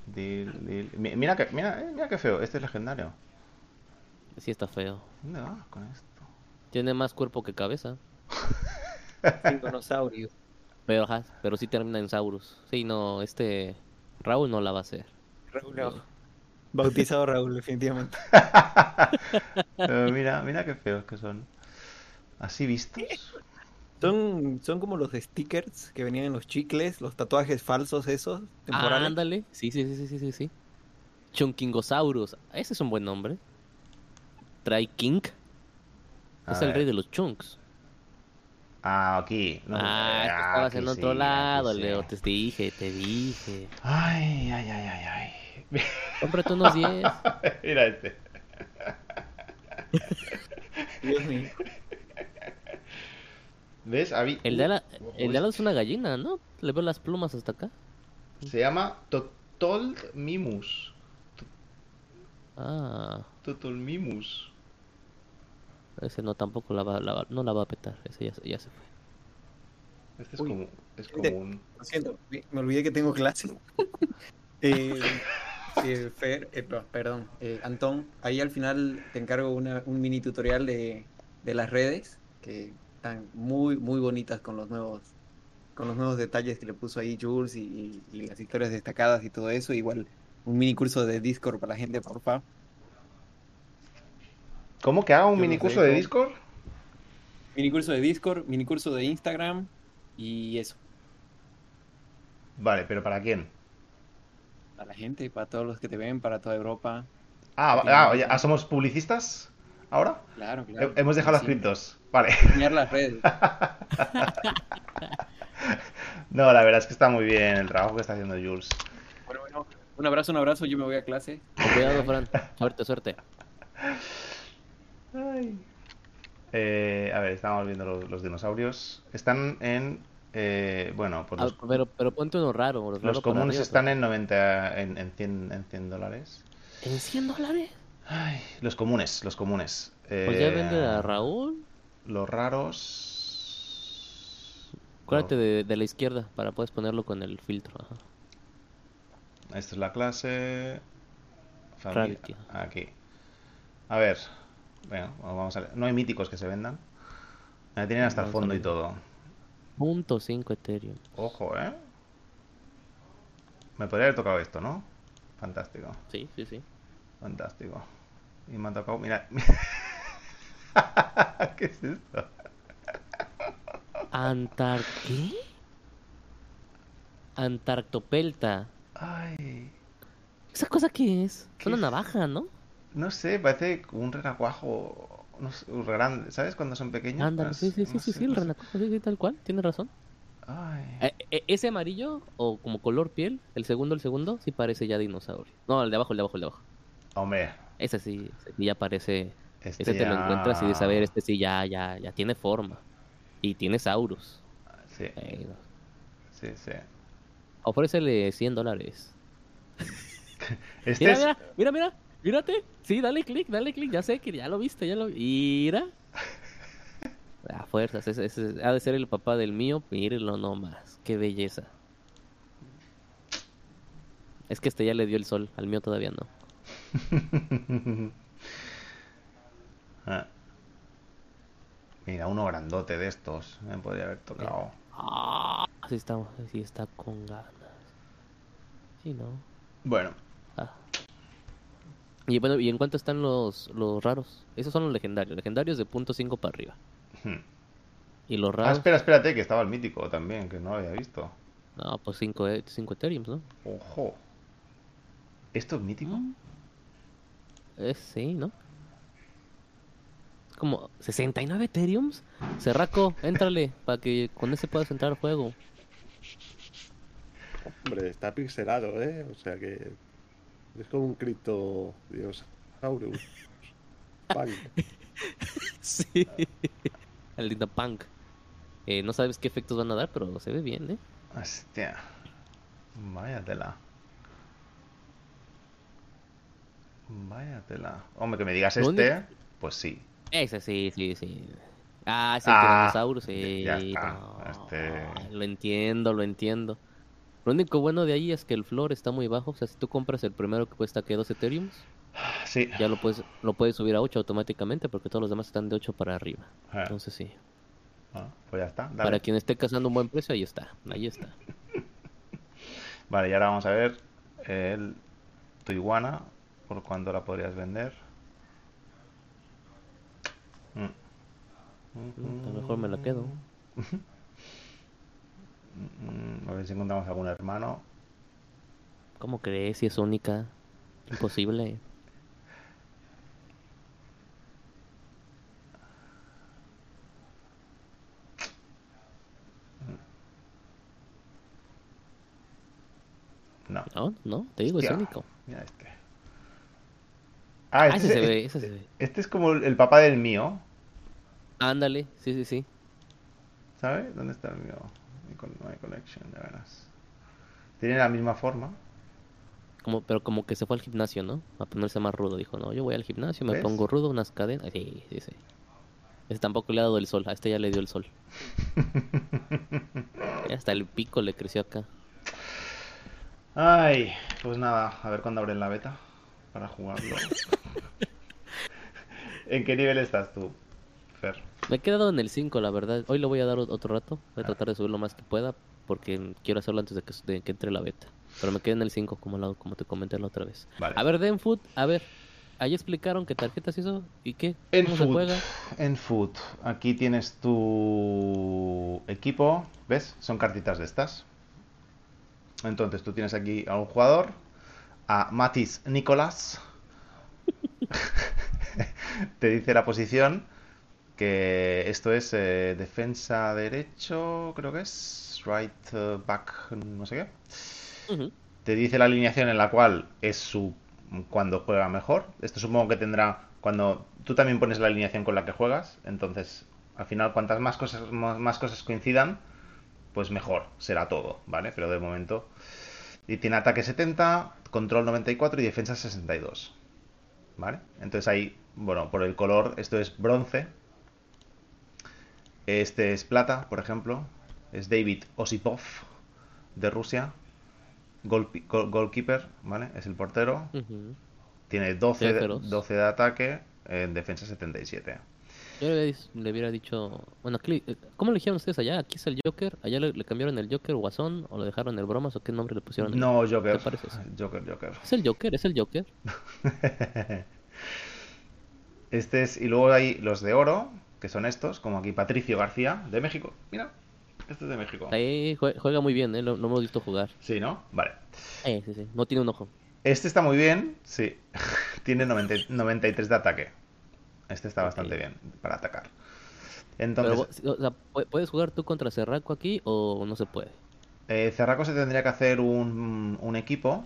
Mira qué feo. Este es legendario. Sí está feo. ¿Dónde va con esto? Tiene más cuerpo que cabeza. Dinosaurio. Pero sí termina en Saurus. Sí, no, Raúl no la va a hacer. Raúl, no. Digo, Bautizado Raúl, definitivamente. Mira qué feos que son. ¿Así vistos? Son como los stickers que venían en los chicles, los tatuajes falsos esos, temporales. ándale. Sí. Chunkingosaurus. Ese es un buen nombre. King. A Es el rey ver. de los chunks. Aquí. No, Es que estabas aquí en otro sí, aquí lado, sí. Leo. Te dije. Ay. Cómprate unos 10. Mira este. Dios mío. ¿Ves? El de ala es una gallina, ¿no? Le veo las plumas hasta acá. Se llama Totold Mimus. Ah, Totolmimus. ese no tampoco no la va a petar. Ese ya se fue. Este es Uy, como, es gente, como un. lo siento, me olvidé que tengo clase. Fer, perdón, Antón, ahí al final te encargo un mini tutorial de las redes que están muy, muy bonitas con los nuevos detalles que le puso ahí Jules y las historias destacadas y todo eso. Igual un mini curso de Discord para la gente, por favor. ¿Cómo que haga un Yo mini los curso de dejo. Discord? Mini curso de Discord, mini curso de Instagram y eso, Vale, pero ¿para quién? para la gente, para todos los que te ven, para toda Europa, Oye, Latinoamérica. ¿somos publicistas ahora? Claro, claro, Hemos como dejado las siempre. criptos. Vale. Enseñar las redes. No, la verdad es que está muy bien el trabajo que está haciendo Jules. Bueno, un abrazo, yo me voy a clase. Con Bye, cuidado, bye. Fran. Suerte. Ay. A ver, estamos viendo los dinosaurios. Están en. Bueno, pues Ah, pero ponte uno raro los para comunes arriba. están en 90, en 100 dólares. ¿En $100? Ay, los comunes. Pues ya vende a Raúl. Los raros. Los- Acuérdate de la izquierda para puedes ponerlo con el filtro. Ajá. Esta es la clase. Familia. Rarity. Aquí. A ver. Bueno, vamos a ver. No hay míticos que se vendan. Tienen hasta el Vamos a fondo y ver. todo. 0.5 Ethereum. Ojo, ¿eh? Me podría haber tocado esto, ¿no? Fantástico. Sí. Fantástico. Y me ha tocado. Mira. ¿Qué es esto? ¿Qué? Antarctopelta. Ay. ¿Esa cosa qué es? Es Qué una f- navaja, ¿no? No sé, parece un renacuajo. No sé, grande. ¿Sabes cuando son pequeños? Ándale, sí, el No sé. renacuajo, sí, tal cual, tienes razón. Ay. Ese amarillo, o como color piel, el segundo, sí parece ya dinosaurio. No, el de abajo. Hombre, Ese sí ya parece. este Ese te lo encuentras y dices, a ver, ya. este sí ya tiene forma. Y tiene Saurus. Sí, No. sí. Ofrécele $100. Este es. Mírate. Sí, dale clic, ya sé que ya lo viste, Mira. A fuerzas, ese ha de ser el papá del mío, mírenlo nomás, qué belleza. Es que este ya le dio el sol, al mío todavía no. Ah, Mira, uno grandote de estos. Me podría haber tocado. Sí está con ganas. Sí, ¿no? Bueno. Ah. Y bueno, ¿y en cuánto están los raros? Esos son los legendarios. Legendarios de .5 para arriba. Hmm. Y los Ah, raros, espérate, que estaba el mítico también, que no lo había visto. no, pues 5 Ethereums, ¿no? Ojo. ¿Esto es mítico? Mm, sí, ¿no? Es como 69 Ethereums. Cerraco, éntrale, para que con ese puedas entrar al juego. Hombre, está pixelado, ¿eh? O sea que es como un cripto dinosaurus. Punk. Sí. El lindo punk. No sabes qué efectos van a dar, pero se ve bien, ¿eh? Hostia. Vaya tela. Vaya tela. Hombre, que me digas Lo único... pues sí. Ese sí, sí, sí. Ah, es el Ah, tiranosaurio, ya sí, está. no. Lo entiendo, lo entiendo. Lo único bueno de ahí es que el floor está muy bajo. O sea, si tú compras el primero que cuesta que 2 Ethereums, Sí. ya lo puedes subir a 8 automáticamente porque todos los demás están de 8 para arriba. Ah, Entonces sí. bueno, pues ya está, Para dale. quien esté cazando un buen precio, ahí está. Ahí está. Vale, y ahora vamos a ver el, tu iguana, por cuánto la podrías vender. Mm. A lo mejor me la quedo. A ver si encontramos algún hermano. ¿Cómo crees? Si es única. Imposible. No. No, no, te digo, es Hostia, único. mira este. Ah, Ah, ese se ve, ese se ve. este es como el papá del mío, Ándale, sí, sí, sí. ¿sabes? ¿Dónde está el mío? My collection, de veras. Tiene la misma forma, Pero como que se fue al gimnasio, ¿no? A ponerse más rudo. Dijo, no, yo voy al gimnasio, me ¿ves? pongo rudo, unas cadenas. Sí, sí, sí. Ese tampoco le ha dado el sol. A este ya le dio el sol. Hasta el pico le creció acá. Ay, pues nada, a ver cuándo abren la beta para jugarlo. ¿En qué nivel estás tú, Fer? Me he quedado en el 5 la verdad. Hoy lo voy a dar otro rato. Voy a Ah, tratar de subir lo más que pueda porque quiero hacerlo antes de que entre la beta. Pero me quedé en el 5 como te comenté la otra vez. vale. A ver, Denfoot, a ver. Ahí explicaron qué tarjetas hizo y qué, En cómo se Food, juega. en Food, aquí tienes tu equipo, ¿ves? Son cartitas de estas. Entonces tú tienes aquí a un jugador, a Matis Nicolás, te dice la posición, que esto es defensa derecho, creo que es, right back, no sé qué. Ujú. Te dice la alineación en la cual es su cuando juega mejor. Esto supongo que tendrá cuando tú también pones la alineación con la que juegas, entonces al final cuantas más cosas coincidan, pues mejor será todo, ¿vale? Pero de momento y tiene ataque 70, control 94 y defensa 62, ¿vale? Entonces ahí, bueno, por el color esto es bronce, este es plata, por ejemplo, es David Osipov de Rusia, goalkeeper, ¿vale? Es el portero. Ujú. Tiene Se ve 12, feroz. 12 de ataque, en defensa 77. Yo le hubiera dicho, bueno, aquí, ¿cómo le dijeron ustedes allá? Aquí es el Joker, allá le cambiaron el Joker Guasón o le dejaron el Bromas o qué nombre le pusieron allá. No, ¿Qué Joker. parece eso? Joker. Es el Joker, es el Joker. Este es. Y luego hay los de oro, que son estos, como aquí Patricio García, de México. Mira, este es de México. Ahí juega muy bien, lo hemos visto jugar. Sí, ¿no? Vale. Sí, sí, no tiene un ojo. Este está muy bien, sí. Tiene 93 de ataque. Este está Ok. bastante bien para atacar. Pero, Entonces, o sea, ¿puedes jugar tú contra Serraco aquí o no se puede? Cerraco se tendría que hacer un equipo.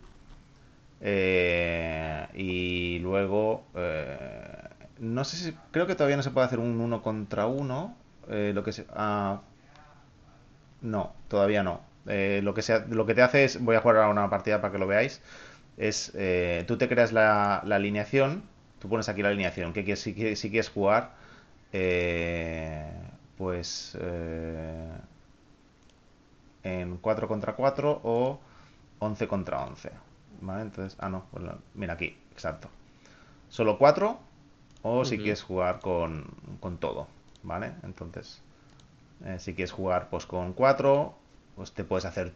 Y luego, no sé si, creo que todavía no se puede hacer un uno contra uno. No, todavía no. Lo que te hace es, voy a jugar ahora una partida para que lo veáis. Es, tú te creas la alineación, tú pones aquí la alineación, que si quieres jugar, eh, pues en 4 contra 4 o 11 contra 11. ¿Vale? Entonces, no, pues mira aquí, exacto. Solo 4 o si Ujú. quieres jugar con todo, ¿vale? Entonces, si quieres jugar pues con 4, pues te puedes hacer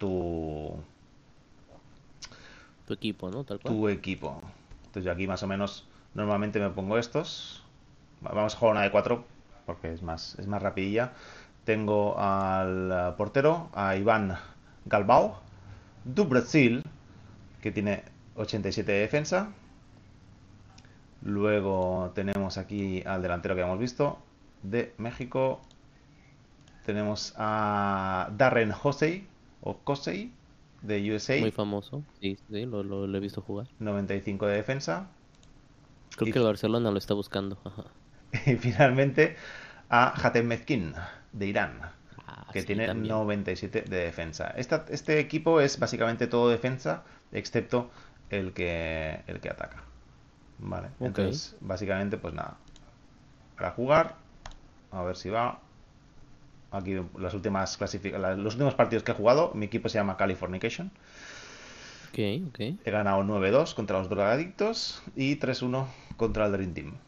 Tu equipo, ¿no? Tal cual. tu equipo. Entonces yo aquí más o menos normalmente me pongo estos. Vamos a jugar una de 4 porque es más rapidilla. Tengo al portero, a Iván Galbao, do Brasil, que tiene 87 de defensa. Luego tenemos aquí al delantero que hemos visto, de México. Tenemos a Darren Hosey, o Cosey, de Muy USA, famoso. Sí, sí, lo he visto jugar. 95 de defensa. Creo Y, que el Barcelona lo está buscando. Ajá. y finalmente a Hatem Mezkin, de Irán, Ah, que sí, tiene también. 97 de defensa. Este equipo es básicamente todo defensa, excepto el que ataca. Vale, Ok. entonces básicamente pues nada, para jugar, a ver si va. Aquí los últimos partidos que he jugado, mi equipo se llama Californication. Ok, ok. He ganado 9-2 contra los drogadictos y 3-1 contra el Dream Team.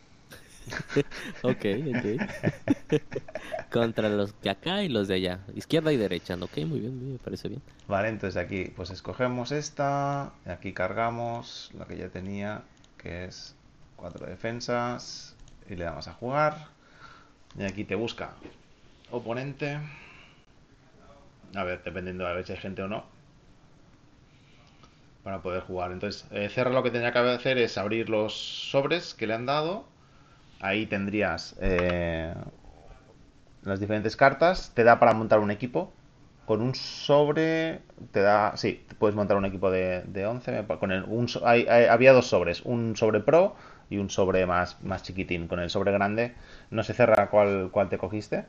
Ok, ok. Contra los de acá y los de allá. Izquierda y derecha. ¿No? Ok, muy bien, me parece bien. Vale, entonces aquí pues escogemos esta, y aquí cargamos la que ya tenía, que es 4 defensas, y le damos a jugar. Y aquí te busca oponente. A ver, dependiendo a ver si hay gente o no, para poder jugar. Entonces, Cerra lo que tendría que hacer es abrir los sobres que le han dado. Ahí tendrías las diferentes cartas. Te da para montar un equipo. Con un sobre te da... Sí, puedes montar un equipo de 11. Con había dos sobres. Un sobre pro y un sobre más chiquitín. Con el sobre grande no se cerra cuál te cogiste.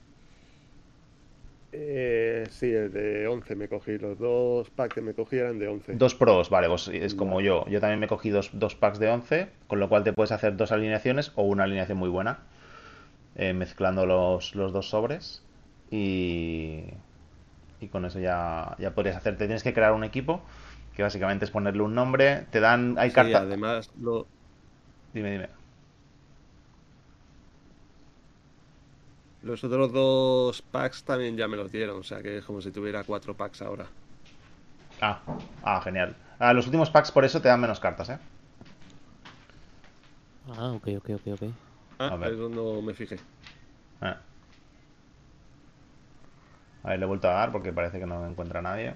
Sí, el de 11 me cogí. Los dos packs que me cogí eran de 11. Dos pros, vale, pues es como Vale. yo. Yo también me cogí dos packs de 11, con lo cual te puedes hacer dos alineaciones o una alineación muy buena, mezclando los dos sobres. Y, y con eso ya podrías hacer. Te tienes que crear un equipo, que básicamente es ponerle un nombre. Te dan. Hay Sí, carta. además Dime, dime. los otros dos packs también ya me los dieron. O sea que es como si tuviera 4 packs ahora. Ah, genial. Los últimos packs por eso te dan menos cartas, ¿eh? Ah, ok, ok, ok, ok. A Ah, ver. eso no me fijé. eh. A ver, le he vuelto a dar porque parece que no encuentra a nadie.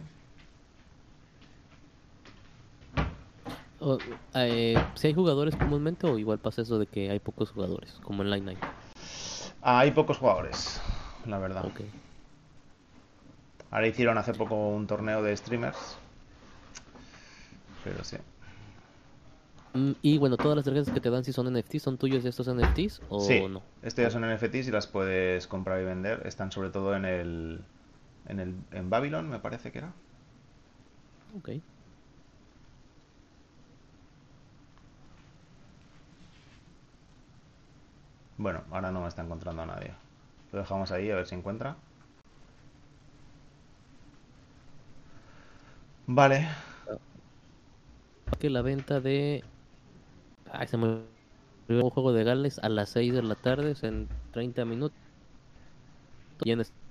O, si hay jugadores comúnmente o igual pasa eso de que hay pocos jugadores, como en Line 9. Hay pocos jugadores, la verdad. Ok. Ahora hicieron hace poco un torneo de streamers. Pero sí. Y bueno, todas las tarjetas que te dan si son NFTs, ¿son tuyos estos NFTs o Sí, no? estos ya son NFTs y las puedes comprar y vender. Están sobre todo en Babylon, me parece que era. Ok. Bueno, ahora no me está encontrando a nadie. Lo dejamos ahí a ver si encuentra. Vale. Que la venta de... Ay, se me olvidó un juego de Gales a las 6 de la tarde, es en 30 minutos. Y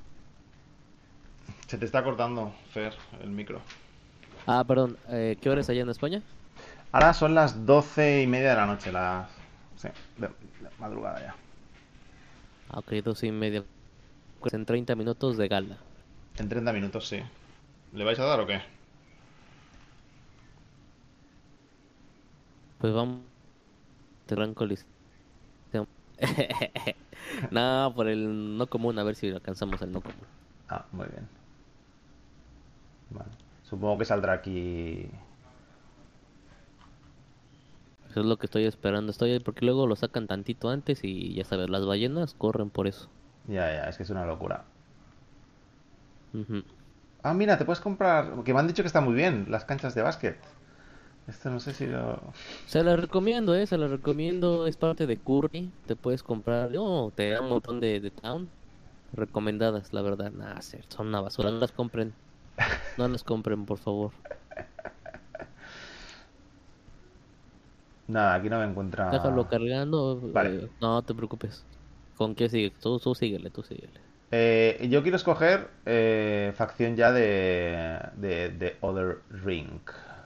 Se te está cortando, Fer, el micro. perdón, ¿qué hora es allá en España? Ahora son las 12:30 de la noche, Sí, de madrugada ya. Ah, ok, 12:30. Pues en 30 minutos de gala. En 30 minutos, sí. ¿Le vais a dar o qué? Pues vamos, te arranco el listado. No, por el no común, a ver si alcanzamos el no común. Muy bien. Vale. Supongo que saldrá aquí. Eso es lo que estoy esperando. Estoy ahí porque luego lo sacan tantito antes y ya sabes, las ballenas corren por eso. Ya, es que es una locura. Ujú. Mira, te puedes comprar. Que me han dicho que está muy bien, las canchas de básquet. Esto no sé si lo. Se la recomiendo, se la recomiendo. Es parte de Curry. Te puedes comprar. Oh, te da un montón de Town. Recomendadas, la verdad. Nah, son una basura. No las compren. No las compren, por favor. Nada, aquí no me encuentra. Déjalo cargando. Vale, No te preocupes. ¿Con qué sigue? Tú síguele, tú síguele. Yo quiero escoger facción ya de Other Ring.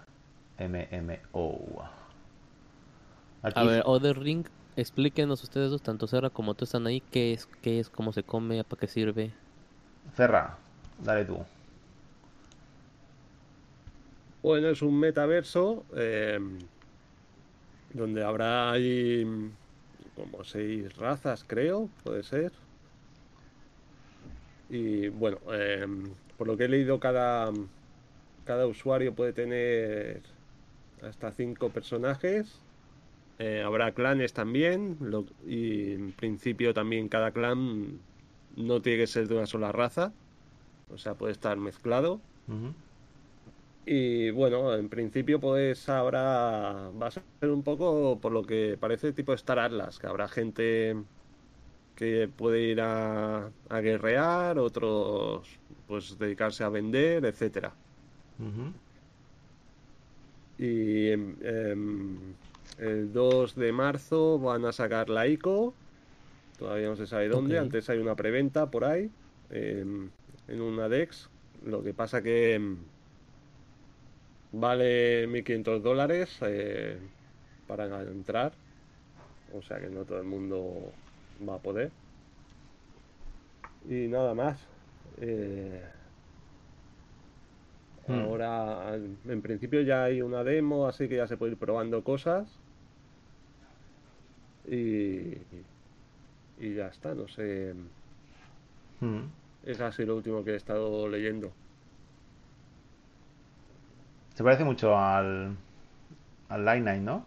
MMO. A Aquí, ver, Other Ring, explíquenos ustedes dos, tanto Sara como tú están ahí, qué es, cómo se come, para qué sirve. Ferra, dale tú. Bueno, es un metaverso donde habrá ahí como 6 razas, creo, puede ser. Y bueno, por lo que he leído, cada usuario puede tener hasta 5 personajes. Habrá clanes también. Y en principio también cada clan no tiene que ser de una sola raza. O sea, puede estar mezclado. Ujú. Y bueno, en principio pues va a ser un poco por lo que parece tipo Star Atlas, que habrá gente que puede ir a guerrear, otros pues dedicarse a vender, etcétera. Ujú. Y el 2 de marzo van a sacar la ICO, todavía no se sabe Ok. dónde, antes hay una preventa por ahí, en una DEX. Lo que pasa que vale $1.500 para entrar, o sea que no todo el mundo va a poder. Y nada más. Eh, Mm. Ahora, en principio ya hay una demo, así que ya se puede ir probando cosas y, y ya está, no sé. Mm. Es así lo último que he estado leyendo. Se parece mucho al Line 9, ¿no?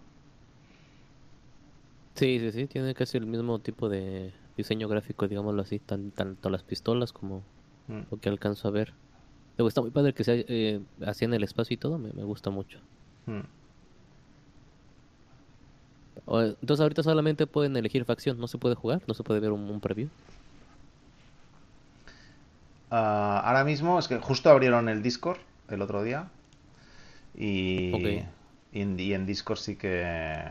Sí, sí, sí, tiene casi el mismo tipo de diseño gráfico, digámoslo así, tanto las pistolas como Mm. lo que alcanzo a ver. Me gusta muy padre que sea así en el espacio y todo, me gusta mucho. Mm. Entonces ahorita solamente pueden elegir facción, no se puede jugar, no se puede ver un preview. Ahora mismo es que justo abrieron el Discord el otro día Ok, y en Discord sí que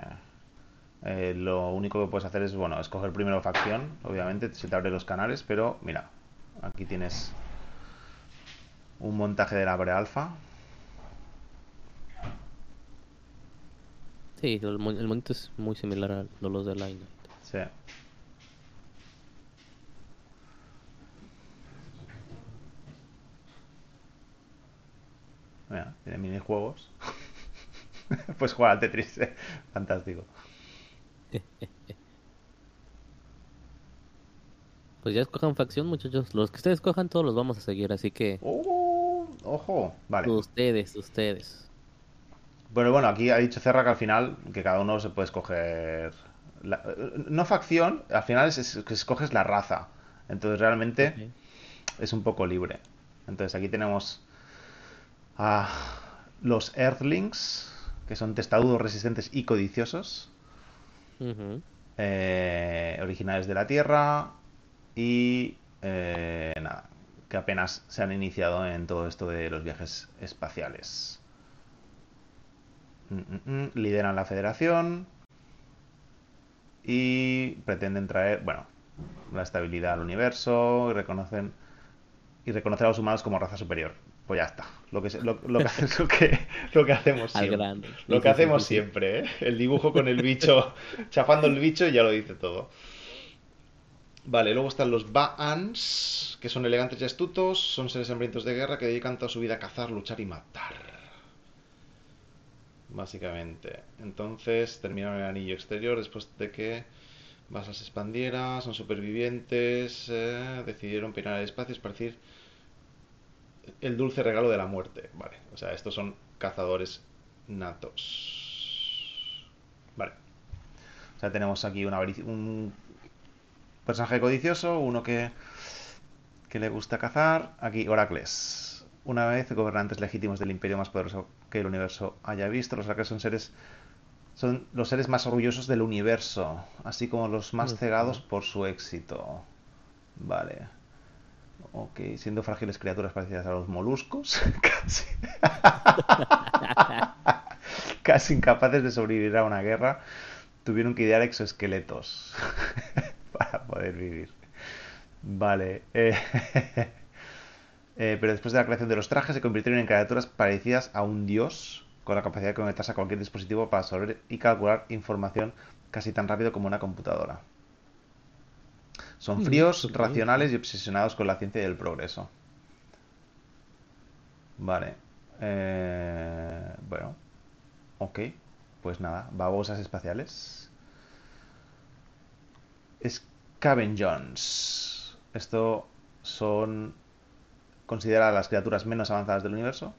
lo único que puedes hacer es, bueno, escoger primero facción, obviamente, se te abre los canales, pero mira, aquí tienes un montaje de la pre-alfa. sí, el monito es muy similar a los de Line. Sí. Mira, tiene minijuegos. Pues jugar al Tetris, fantástico. Pues ya escojan facción, muchachos. Los que ustedes escojan, todos los vamos a seguir, así que Ojo, vale. ustedes. Pero bueno, aquí ha dicho Cerra que al final que cada uno se puede escoger no facción, al final es que escoges la raza. Entonces realmente Ok. es un poco libre. Entonces aquí tenemos a los Earthlings, que son testarudos, resistentes y codiciosos, Ujú. originales de la Tierra y nada, que apenas se han iniciado en todo esto de los viajes espaciales. Lideran la Federación y pretenden traer, bueno, la estabilidad al universo y reconocer a los humanos como raza superior. Pues ya está. Lo que hacemos Al siempre. grano. Lo Sí, que sí, sí, hacemos sí, sí. siempre, ¿eh? El dibujo con el bicho, chafando el bicho y ya lo dice todo. Vale, luego están los Baans, que son elegantes y astutos, son seres hambrientos de guerra que dedican toda su vida a cazar, luchar y matar. Básicamente. Entonces terminaron el anillo exterior después de que Vasas se expandiera, son supervivientes, decidieron peinar el espacio, esparcir el dulce regalo de la muerte. Vale, o sea, estos son cazadores natos. Vale, o sea, tenemos aquí un personaje codicioso, uno que le gusta cazar. Aquí, Oracles. Una vez gobernantes legítimos del imperio más poderoso que el universo haya visto, los Oracles son los seres más orgullosos del universo, así como los más cegados Ujú. por su éxito. Vale. Ok, siendo frágiles criaturas parecidas a los moluscos, casi incapaces de sobrevivir a una guerra, tuvieron que idear exoesqueletos para poder poder vivir. Vale. Pero después de la creación de los trajes se convirtieron en criaturas parecidas a un dios, con la capacidad de conectarse a cualquier dispositivo para absorber y calcular información casi tan rápido como una computadora. Son fríos, Ok, racionales y obsesionados con la ciencia y el progreso. Vale. Bueno, ok. Pues nada, babosas espaciales. Scavengons. Esto son consideradas las criaturas menos avanzadas del universo.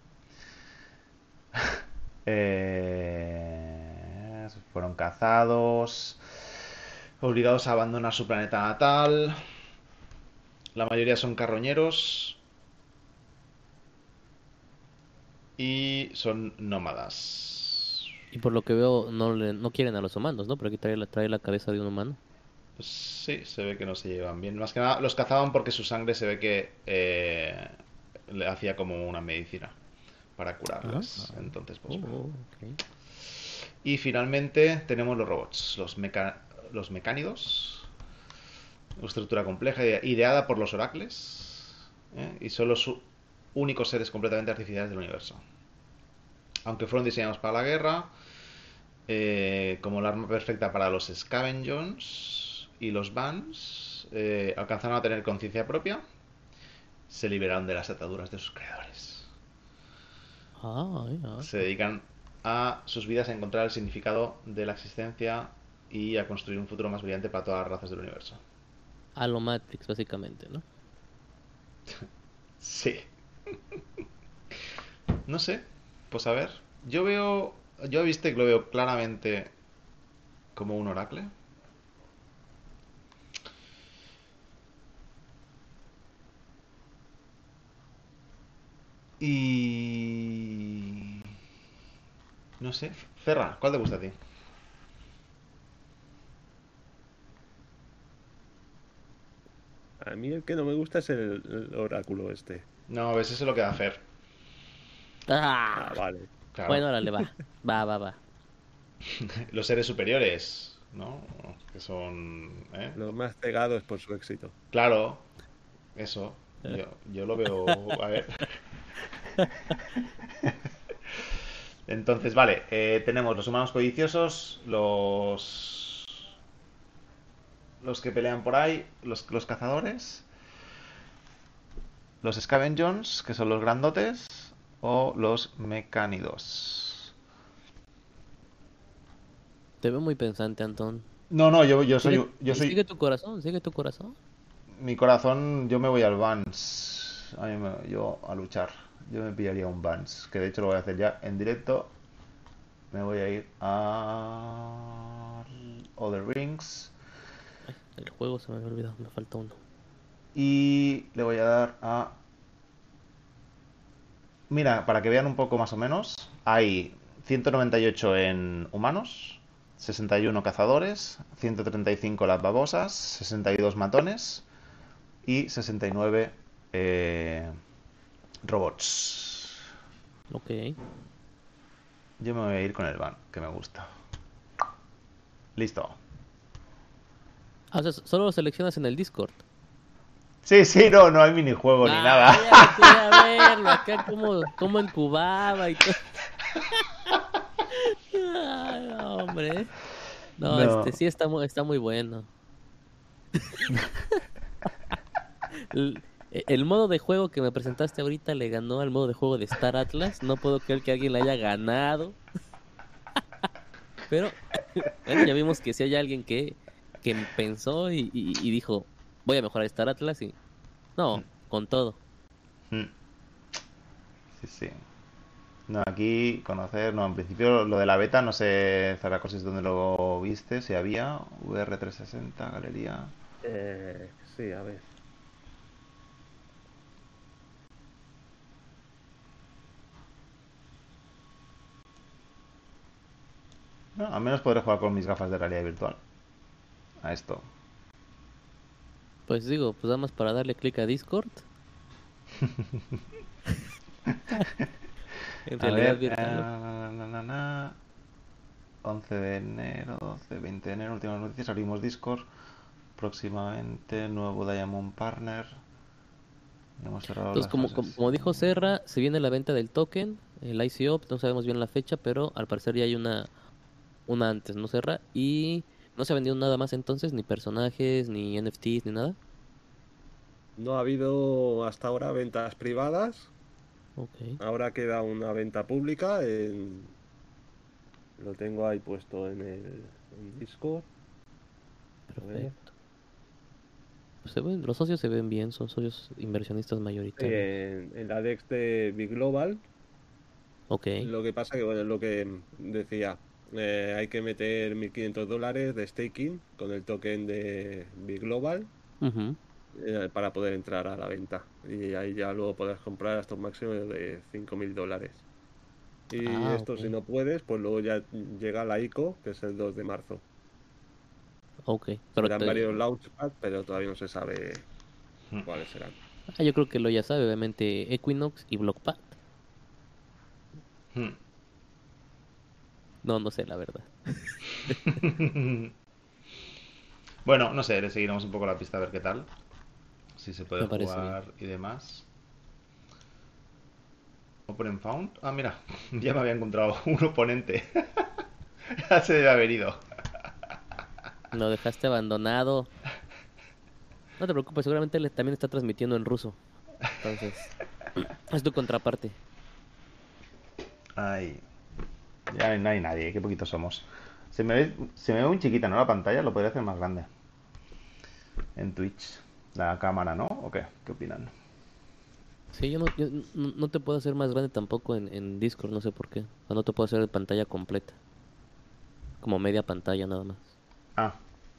Fueron cazados, obligados a abandonar su planeta natal. La mayoría son carroñeros y son nómadas. y por lo que veo no quieren a los humanos, ¿no? Pero aquí trae la cabeza de un humano. Pues sí, se ve que no se llevan bien. Más que nada los cazaban porque su sangre se ve que le hacía como una medicina para Ah, curarlas. Entonces, pues bueno. ok. Y finalmente tenemos los robots, los mecánidos. Una estructura compleja ideada por los oracles. Y son los únicos seres completamente artificiales del universo. Aunque fueron diseñados para la guerra, como el arma perfecta para los Scavengons y los Vans, alcanzaron a tener conciencia propia, se liberaron de las ataduras de sus creadores. Se dedican a sus vidas a encontrar el significado de la existencia y a construir un futuro más brillante para todas las razas del universo. A lo Matrix, básicamente, ¿no? Sí. No sé. Pues a ver. Yo a Vistec lo veo claramente como un oracle. Y... No sé. Ferra, ¿cuál te gusta a ti? A mí el que no me gusta es el oráculo este. No, ves, eso es lo que da Fer. ¡Ah! Ah, vale. Claro. Bueno, órale, va. Va. Los seres superiores, ¿no? Que son... ¿eh? Los más cegados por su éxito. Claro, eso. Yo lo veo... A ver. Entonces, vale. Tenemos los humanos codiciosos, los que pelean por ahí, los cazadores, los Scavengons, que son los grandotes, o los mecánidos. Te veo muy pensante, Antón. No, yo Sigue, soy sigue tu corazón, sigue tu corazón. mi corazón, yo me voy al Vans. Yo a luchar. Yo me pillaría un Vans, que de hecho lo voy a hacer ya en directo. Me voy a ir a Other Rings Ay, el juego se me había olvidado, me falta uno. y le voy a dar a... Mira, para que vean un poco más o menos, hay 198 en humanos, 61 cazadores, 135 las babosas, 62 matones y 69 robots. Ok. Yo me voy a ir con el van, que me gusta. Listo. Ah, o sea, solo lo seleccionas en el Discord. Sí, no hay minijuego ni nada. Ya quería verlo, acá cómo incubaba y todo. Ay, no, hombre. No, No. sí está muy bueno. El modo de juego que me presentaste ahorita le ganó al modo de juego de Star Atlas. No puedo creer que alguien le haya ganado. Pero, bueno, ya vimos que si hay alguien que pensó y dijo, voy a mejorar Star Atlas y... No, con todo. Sí. No, aquí conocer, no, en principio lo de la beta, no sé, Zaracosis, dónde lo viste, si había, VR360, galería. Sí, a ver. No, al menos podré jugar con mis gafas de realidad virtual. A esto. Pues digo, pues nada más para darle clic a Discord. En A realidad ver, virtual. 11 de enero, 12, 20 de enero, últimas noticias, abrimos Discord. próximamente, nuevo Diamond Partner. Ya hemos cerrado Entonces, las como, fases. como dijo Serra, se viene la venta del token, el ICO, no sabemos bien la fecha, pero al parecer ya hay una antes, ¿no, Serra? Y no se ha vendido nada más entonces, ni personajes, ni NFTs, ni nada. No ha habido hasta ahora ventas privadas. Ok, Ahora queda una venta pública. Lo tengo ahí puesto en Discord. A ver. perfecto. Pues los socios se ven bien, son socios inversionistas Sí, mayoritarios. en la DEX de Big Global. Ok, Lo que pasa que, bueno, es lo que decía. Hay que meter $1.500 de staking con el token de Big Global ujú. para poder entrar a la venta. Y ahí ya luego podrás comprar hasta un máximo de $5.000. Y Ah, esto, ok, si no puedes, pues luego ya llega la ICO, que es el 2 de marzo. ok. Pero Serán varios launchpad, pero todavía no se sabe cuáles serán. yo creo que lo ya sabe, obviamente, Equinox y Blockpad. Hmm. No, no sé, la verdad. Bueno, no sé, le seguiremos un poco la pista a ver qué tal. Si se puede Me parece bien. jugar y demás. Open Found. Ah, mira, ya me había encontrado un oponente. Ya se debe haber ido. Lo dejaste abandonado. No te preocupes, seguramente él también está transmitiendo en ruso. Entonces, es tu contraparte. Ay, ya no hay nadie, qué poquitos somos. Se me ve muy chiquita, ¿no? La pantalla, lo podría hacer más grande. En Twitch. La cámara, ¿no? ¿O qué? ¿Qué opinan? Sí, yo no te puedo hacer más grande tampoco en Discord, no sé por qué. O no te puedo hacer de pantalla completa. Como media pantalla nada más. Ah,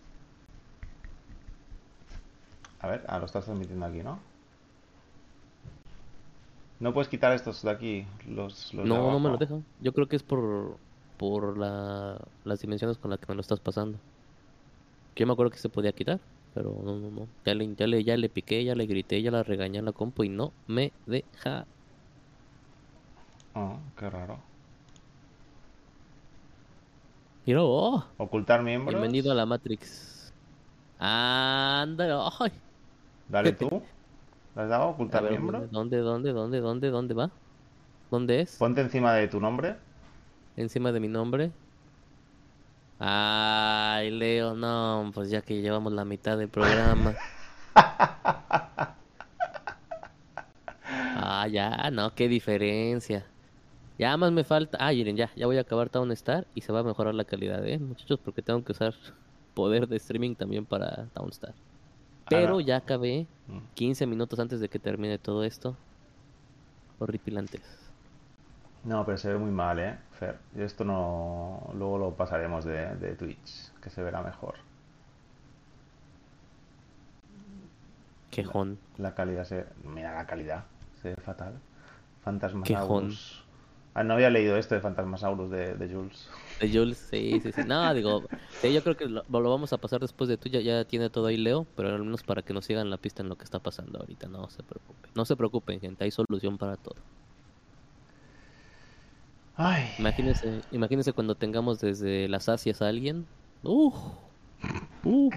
a ver, lo estás transmitiendo aquí, ¿no? No puedes quitar estos de aquí, los de No, no me lo abajo. deja. Yo creo que es por las dimensiones con las que me lo estás pasando. Que yo me acuerdo que se podía quitar, pero no, no, no. Ya le piqué, ya le grité, ya la regañé a la compu y no me deja. Oh, qué raro. Mira, oh, Ocultar bienvenido a miembros. la Matrix. Anda, ay. Dale tú. ¿Le has dado a A ocultar ver, miembro? ¿dónde va? ¿Dónde es? Ponte encima de tu nombre. Encima de mi nombre. Ay, Leo, no, pues ya que llevamos la mitad del programa. Ah, ya, no, qué diferencia. Ya más me falta. Ah, miren, ya voy a acabar Town Star y se va a mejorar la calidad, muchachos, porque tengo que usar poder de streaming también para Town Star. Pero Ahora. ya acabé 15 minutos antes de que termine todo esto. Horripilantes. No, pero se ve muy mal, Fer. Y esto no. Luego lo pasaremos de Twitch, que se verá mejor. La, Quejón, la calidad se. Mira la calidad. Se ve fatal. quejón. Phantasmasaurus. Ah, no había leído esto de Phantasmasaurus de Jules. De Jules, sí, sí, sí. No, digo, sí, yo creo que lo vamos a pasar después de tú. Ya tiene todo ahí Leo, pero al menos para que nos sigan la pista en lo que está pasando ahorita. No se preocupen. No se preocupen, gente. Hay solución para todo. Ay. Imagínense cuando tengamos desde las Asias a alguien. ¡Uh! ¡Uh!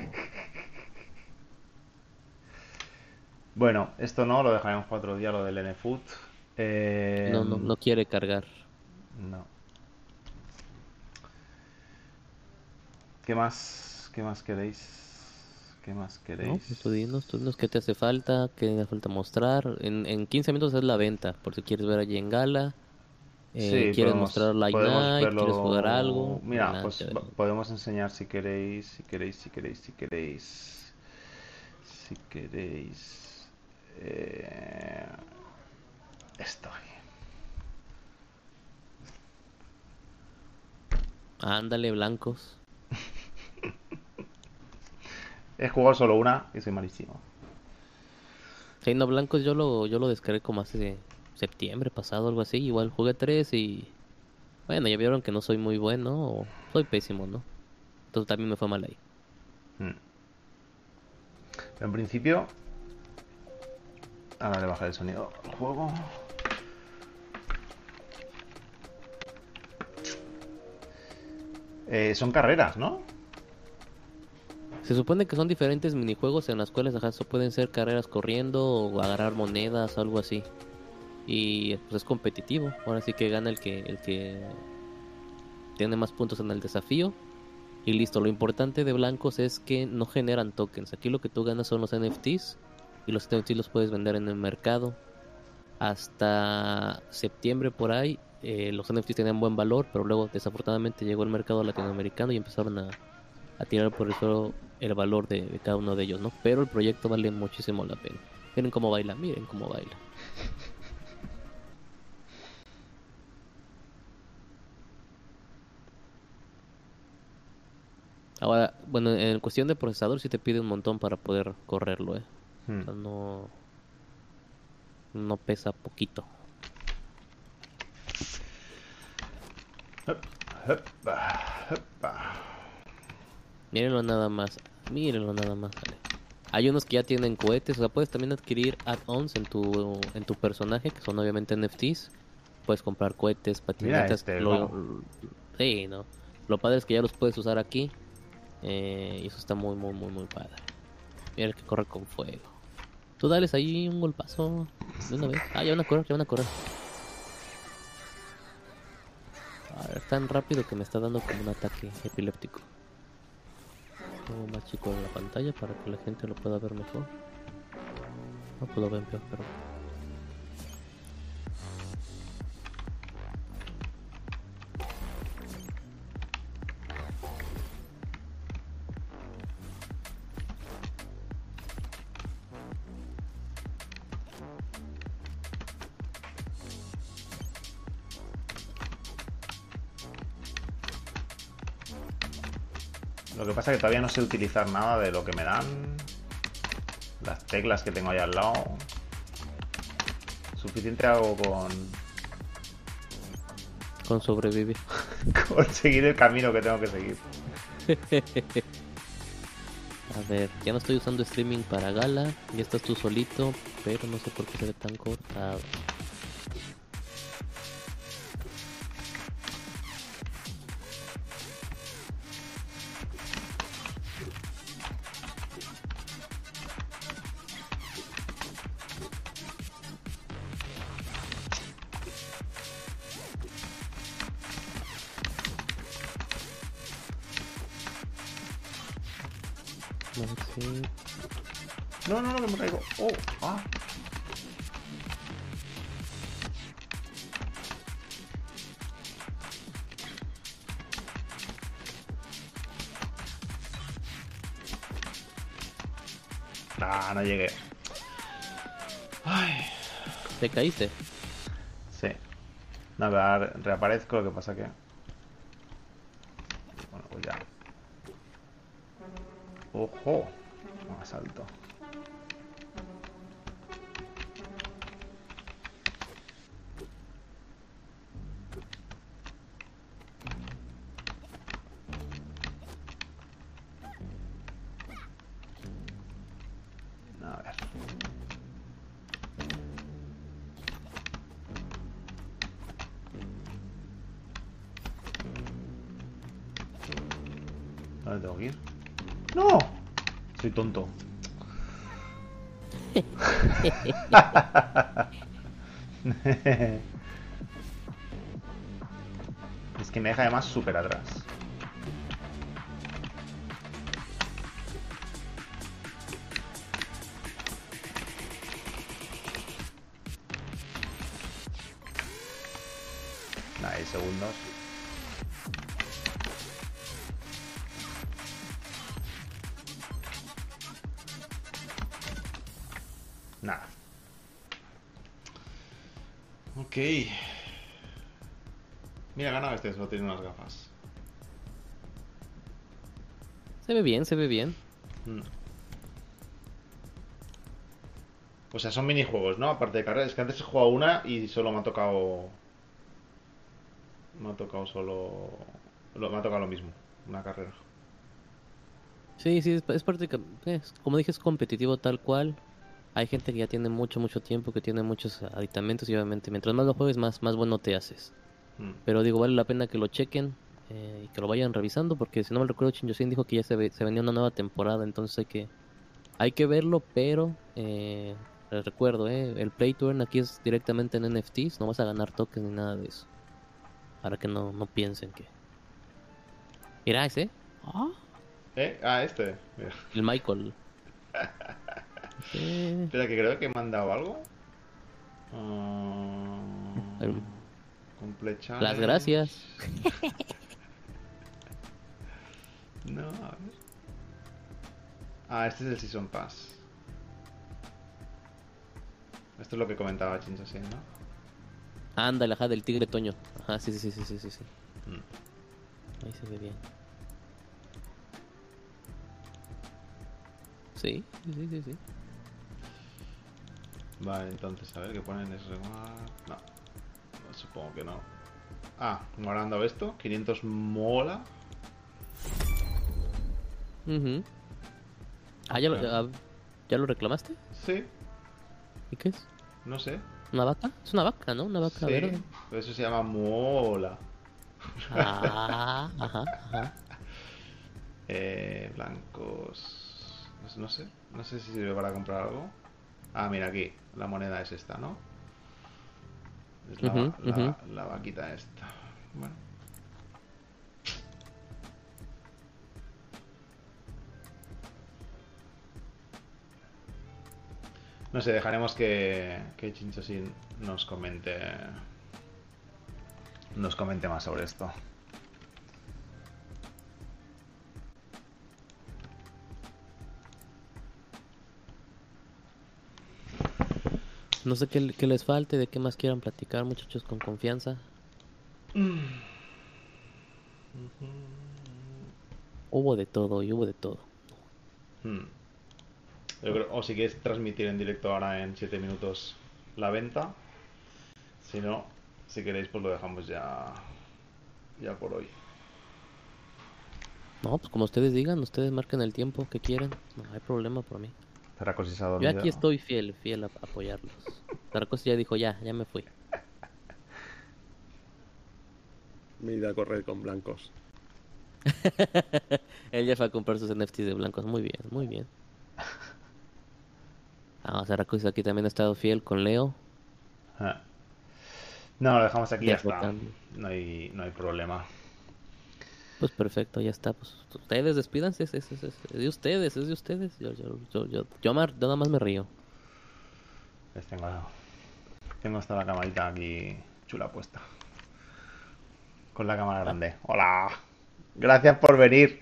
Bueno, esto no, lo dejaremos para otro día, lo del NFoot. No, no, no quiere cargar. No. ¿Qué más? ¿Qué más queréis? ¿Qué más No, pues queréis? tú dinos qué te hace falta, qué te falta mostrar. En 15 minutos es la venta, por si quieres ver allí en Gala. Sí, ¿Quieres mostrar Light podemos Night? ¿Quieres jugar verlo. algo? Mira, Adelante, pues adelante. podemos enseñar si queréis, si queréis, si queréis, si queréis. Si queréis. Eh, Estoy. Ándale, blancos. He jugado solo una y soy malísimo. Sí, no, blancos yo lo descargué como hace septiembre pasado, algo así. Igual jugué 3 y... Bueno, ya vieron que no soy muy bueno o soy pésimo, ¿no? Entonces también me fue mal ahí. Mm. Pero en principio. Ahora le bajaré el sonido al juego. Son carreras, ¿no? Se supone que son diferentes minijuegos en las cuales ajá, pueden ser carreras corriendo o agarrar monedas o algo así. Y pues es competitivo. Ahora sí que gana el que tiene más puntos en el desafío. Y listo, lo importante de blancos es que no generan tokens. Aquí lo que tú ganas son los NFTs. Y los NFTs los puedes vender en el mercado. Hasta septiembre por ahí, los NFTs tenían buen valor, pero luego desafortunadamente llegó el mercado latinoamericano y empezaron a tirar por el suelo el valor de cada uno de ellos, ¿no? Pero el proyecto vale muchísimo la pena. Miren cómo baila. Ahora, bueno, en cuestión de procesador sí te pide un montón para poder correrlo, ¿eh? O sea, no pesa poquito. Mírenlo nada más. Vale. Hay unos que ya tienen cohetes, o sea, puedes también adquirir add-ons en tu personaje, que son obviamente NFTs. Puedes comprar cohetes, Mira patinetas. Sí, ¿no? Lo padre es que ya los puedes usar aquí. Y eso está muy, muy, muy, muy padre. Mira el que corre con fuego. Tú dales ahí un golpazo de una vez. Ah, ya van a correr. A ver, tan rápido que me está dando como un ataque epiléptico. Pongo más chico en la pantalla para que la gente lo pueda ver mejor. No puedo ver peor, pero... Lo que pasa es que todavía no sé utilizar nada de lo que me dan. Las teclas que tengo ahí al lado. Suficiente hago Con sobrevivir. con seguir el camino que tengo que seguir. A ver, ya no estoy usando streaming para gala. Ya estás tú solito, pero no sé por qué se ve tan cortado. A ver si... No, que me caigo. Oh, ah. Ah, no llegué. Ay. ¿Te caíste? Sí. No, pero ahora reaparezco, lo que pasa que... Bueno, pues ya. ¡Ojo! Más alto. A ver. ¿Dónde tengo que ir? ¡No! Soy tonto. Es que me deja además súper atrás. Nada, 10 segundos. Nada. Ok. Mira, gana este, solo tiene unas gafas. Se ve bien. Mm. O sea, son minijuegos, ¿no? Aparte de carreras. Es que antes he jugado una y solo me ha tocado... Me ha tocado solo... Me ha tocado lo mismo. Una carrera. Sí, es prácticamente, como dije, es competitivo tal cual. Hay gente que ya tiene mucho tiempo, que tiene muchos aditamentos y obviamente mientras más lo juegues, más bueno te haces. Mm. Pero digo, vale la pena que lo chequen. y que lo vayan revisando, porque si no me recuerdo, Shinjosin dijo que ya se venía una nueva temporada, entonces hay que verlo, pero les recuerdo, el Play to Earn aquí es directamente en NFTs, no vas a ganar tokens ni nada de eso, para que no piensen que... Mira ese, Este. Mira. el Michael. Espera, que creo que me han dado algo. Ah, El- Complete Las challenge. gracias. No, a ver. Este es el Season Pass. Esto es lo que comentaba Chinchosín, ¿no? Ándale, ajá, del tigre Toño. Ajá, sí. Mm. Ahí se ve bien. Sí. Vale, entonces, a ver, ¿qué ponen? ¿Es reward? No, supongo que no. Como ahora han dado esto, 500 mola. Ujú. ¿Ya lo reclamaste? Sí, ¿Y qué es? no sé. ¿Una vaca? Es una vaca, ¿no? Una vaca Sí, verde. pero eso se llama mola. Ajá. Blancos. No sé si sirve para comprar algo. Mira aquí, la moneda es esta, ¿no? Es Ujú. la vaquita esta. Bueno. No sé, dejaremos que Chinchosín nos comente más sobre esto. No sé qué les falte, de qué más quieran platicar, muchachos, con confianza. Hubo de todo y hubo de todo. Hmm. Yo creo, o si quieres transmitir en directo ahora en 7 minutos la venta. Si no, si queréis, pues lo dejamos ya por hoy. No, pues como ustedes digan, ustedes marquen el tiempo que quieran. No hay problema por mí. Terracosis se ha Yo dormido. aquí estoy fiel a apoyarlos. Tarcos ya dijo, ya me fui. Me iré a correr con blancos. Él ya fue a comprar sus NFTs de blancos. Muy bien, muy bien. Zaracosis aquí también ha estado fiel con Leo, Ah. No, lo dejamos aquí y ya está. derrotando. No hay problema. Pues perfecto, ya está. Pues ustedes despídanse, es de ustedes, es de ustedes. Yo nada más me río. Les tengo hasta la camarita aquí chula puesta. Con la cámara Ah. grande. Hola. Gracias por venir.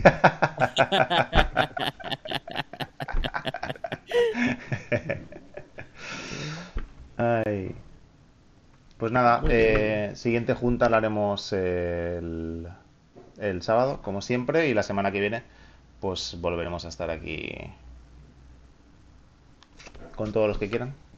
Ay. Pues nada, Muy bien, muy bien. siguiente junta la haremos el sábado, como siempre, y la semana que viene, pues volveremos a estar aquí con todos los que quieran.